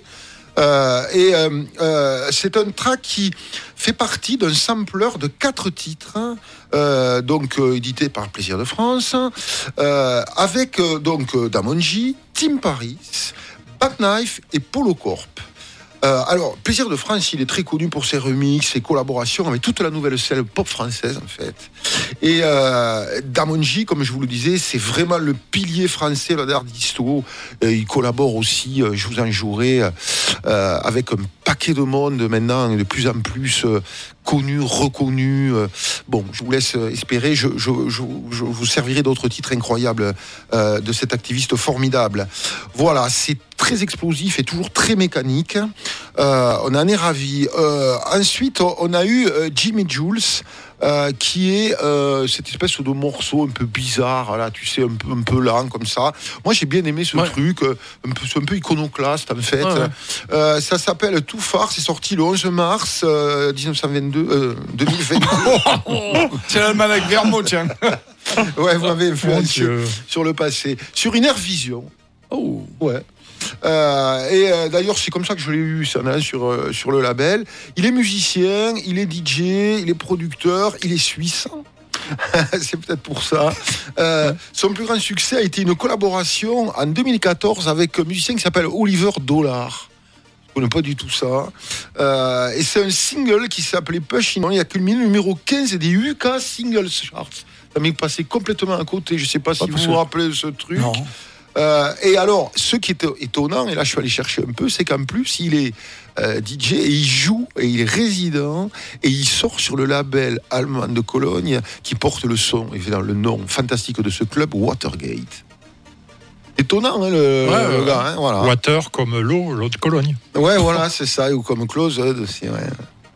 C'est un track qui fait partie d'un sampler de 4 titres, édité par Plaisir de France, avec Damonji, Tim Paris, Bad Knife et Polo Corp. Alors, Plaisir de France, il est très connu pour ses remixes, ses collaborations avec toute la nouvelle scène pop française, en fait. Et Damonji, comme je vous le disais, c'est vraiment le pilier français de l'art disto. Il collabore aussi, je vous en jouerai, avec un paquet de monde maintenant, de plus en plus connu, reconnu. Bon, je vous laisse espérer. Je vous servirai d'autres titres incroyables de cet activiste formidable. Voilà, c'est très explosif et toujours très mécanique. On en est ravis. Ensuite, on a eu Jimmy Jules, qui est cette espèce de morceau un peu bizarre, là, tu sais, un peu lent comme ça. Moi, j'ai bien aimé ce truc, un peu iconoclaste en fait. Ça s'appelle Too Far, c'est sorti le 11 mars 2022. C'est l'almanach Vermo, tiens. Ouais, vous m'avez influencé sur le passé. Sur une Airvision. Oh. Ouais. D'ailleurs, c'est comme ça que je l'ai eu, ça, sur le label. Il est musicien, il est DJ, il est producteur, il est suisse. C'est peut-être pour ça. Son plus grand succès a été une collaboration en 2014 avec un musicien qui s'appelle Oliver Dollar. Je ne connais pas du tout ça. Et c'est un single qui s'appelait Push. Il a culminé le numéro 15 des UK Singles Charts. Ça m'est passé complètement à côté. Je ne sais pas si vous vous rappelez de ce truc. Non. Et alors, ce qui est étonnant, et là je suis allé chercher un peu, c'est qu'en plus il est DJ et il joue et il est résident et il sort sur le label allemand de Cologne qui porte le nom fantastique de ce club, Watergate. Étonnant, hein, le gars, hein, voilà. Water comme l'eau de Cologne. Ouais, voilà, c'est ça, ou comme Closed aussi, ouais.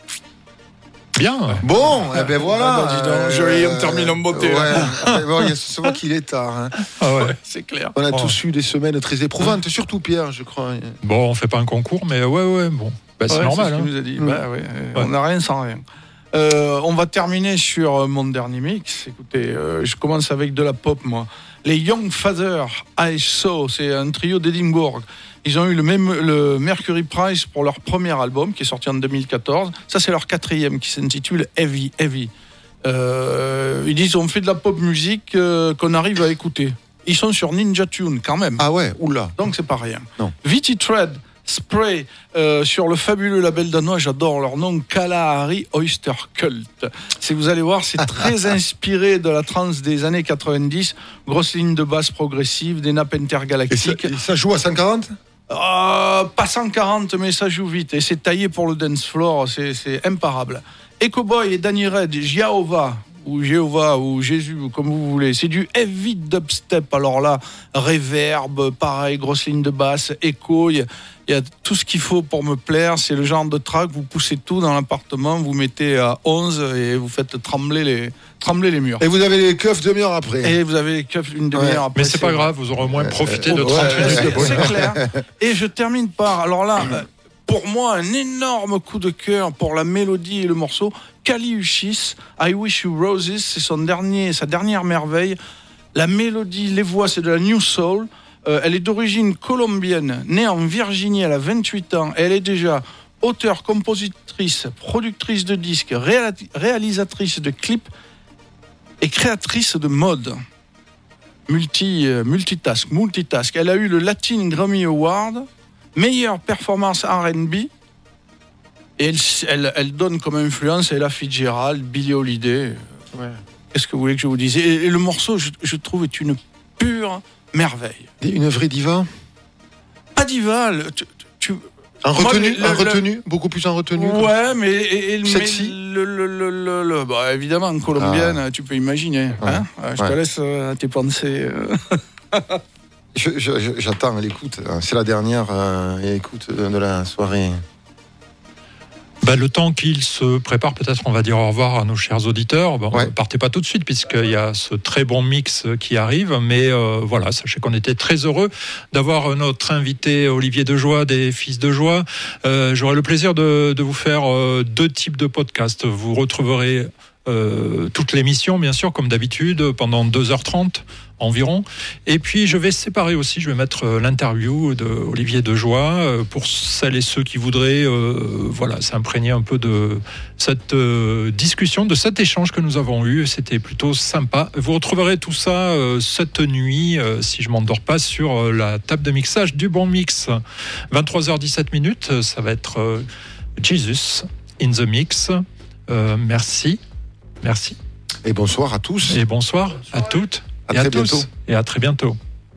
Bien. Bon, et ben voilà. Joli, on termine en beauté. Ouais. Bon, c'est moi qu'il est tard. Hein. Ah ouais, c'est clair. On a tous eu des semaines très éprouvantes, surtout Pierre, je crois. Bon, on fait pas un concours, mais ouais, bon. C'est normal. C'est ce qu'il nous a dit. On n'a rien sans rien. On va terminer sur mon dernier mix. Écoutez, je commence avec de la pop, moi. Les Young Father, I Saw, c'est un trio d'Édimbourg. Ils ont eu le Mercury Prize pour leur premier album qui est sorti en 2014. Ça, c'est leur 4e qui s'intitule Heavy Heavy. Ils disent on fait de la pop musique qu'on arrive à écouter. Ils sont sur Ninja Tune quand même. Ah ouais, oula. Donc c'est pas rien. Non. Viti Tread, Spray, sur le fabuleux label danois, j'adore leur nom, Kalahari Oyster Cult. Si vous allez voir, c'est très inspiré de la trance des années 90, grosse ligne de basse progressive, des nappes intergalactiques. Et ça joue à 140 ? Pas 140, mais ça joue vite. Et c'est taillé pour le dance floor, c'est imparable. Echo Boy et Danny Red, Giaova, ou Jéhovah ou Jésus, ou comme vous voulez. C'est du heavy dubstep. Alors là, reverb, pareil, grosse ligne de basse, écho, il y a tout ce qu'il faut pour me plaire. C'est le genre de track, vous poussez tout dans l'appartement, vous mettez à 11 et vous faites trembler les murs. Et vous avez les keufs demi-heure après. Et vous avez les keufs une demi-heure après. Mais c'est pas grave, vous aurez au moins profité de 30 minutes de bonheur. C'est clair. Et je termine par, alors là, pour moi, un énorme coup de cœur pour la mélodie et le morceau. Kali Uchis, I Wish You Roses, c'est sa dernière merveille. La mélodie, les voix, c'est de la New Soul. Elle est d'origine colombienne, née en Virginie, elle a 28 ans. Elle est déjà auteure, compositrice, productrice de disques, réalisatrice de clips et créatrice de mode. Multitask. Elle a eu le Latin Grammy Award, meilleure performance R&B, et elle donne comme influence Ella Fitzgerald, Billie Holiday. Ouais. Qu'est-ce que vous voulez que je vous dise ? Et le morceau, je trouve, est une pure merveille. Une vraie diva ? Pas diva, un retenu, beaucoup plus en retenue. Ouais, mais sexy. Bah, évidemment, colombienne, tu peux imaginer. Ouais. Hein je te laisse tes pensées. J'attends l'écoute. C'est la dernière écoute de la soirée. Le temps qu'il se prépare, peut-être on va dire au revoir à nos chers auditeurs. Partez pas tout de suite puisqu'il y a ce très bon mix qui arrive. Mais voilà, sachez qu'on était très heureux d'avoir notre invité Olivier Dejoie des Fils de Joie. J'aurai le plaisir de vous faire 2 types de podcasts. Vous retrouverez toute l'émission, bien sûr, comme d'habitude, pendant 2h30 environ. Et puis, je vais séparer aussi, je vais mettre l'interview d'Olivier Dejoie pour celles et ceux qui voudraient s'imprégner un peu de cette discussion, de cet échange que nous avons eu. C'était plutôt sympa. Vous retrouverez tout ça cette nuit, si je ne m'endors pas, sur la table de mixage du Bon Mix. 23h17, ça va être Jesus in the Mix. Merci. Et bonsoir à tous. Et bonsoir à toutes et à tous. Bientôt. Et à très bientôt.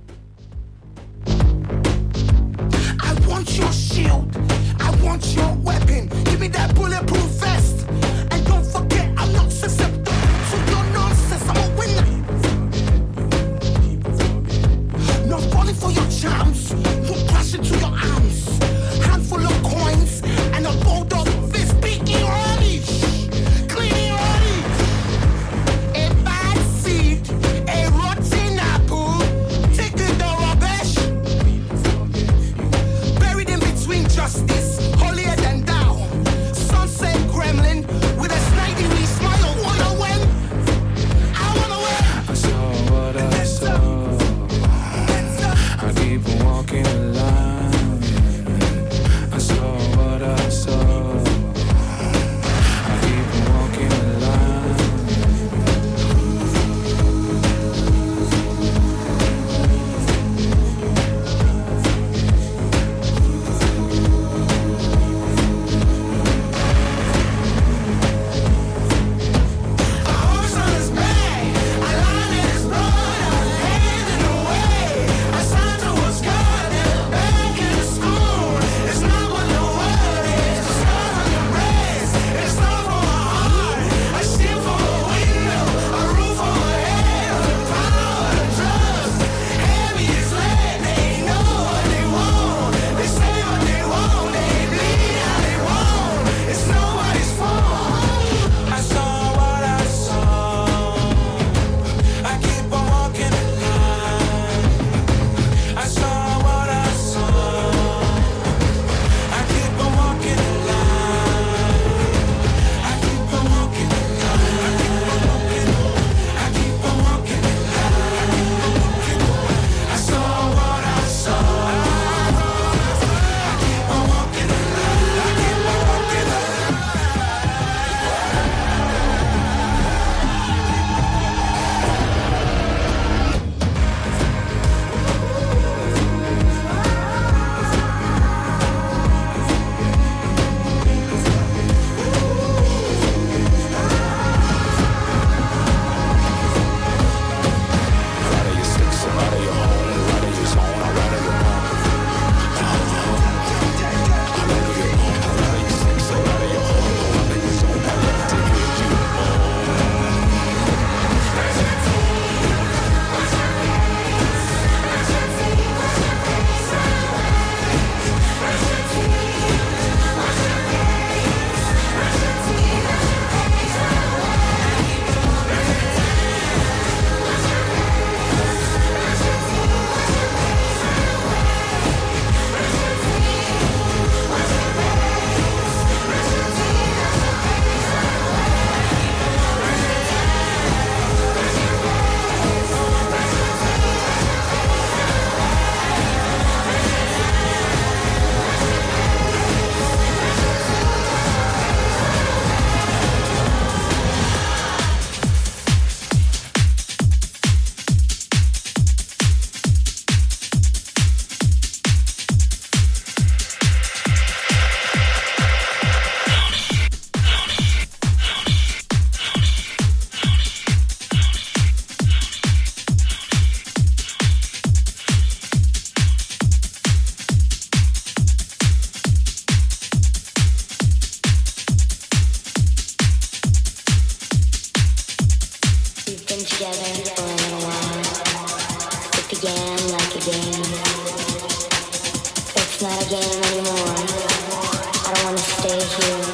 I want your shield. I want your weapon. Give me that bulletproof vest. And don't forget, I'm not susceptible to your nonsense. I'm a winner. Not falling for your charms. Won't crash into your arms. Handful of coins and a bold of fist. Speaking early. Cleaning early. A bad seed. A rotten apple. Take it the rubbish. Buried in between justice. Holier than thou. Sunset gray. It's not a game anymore. I don't wanna stay here.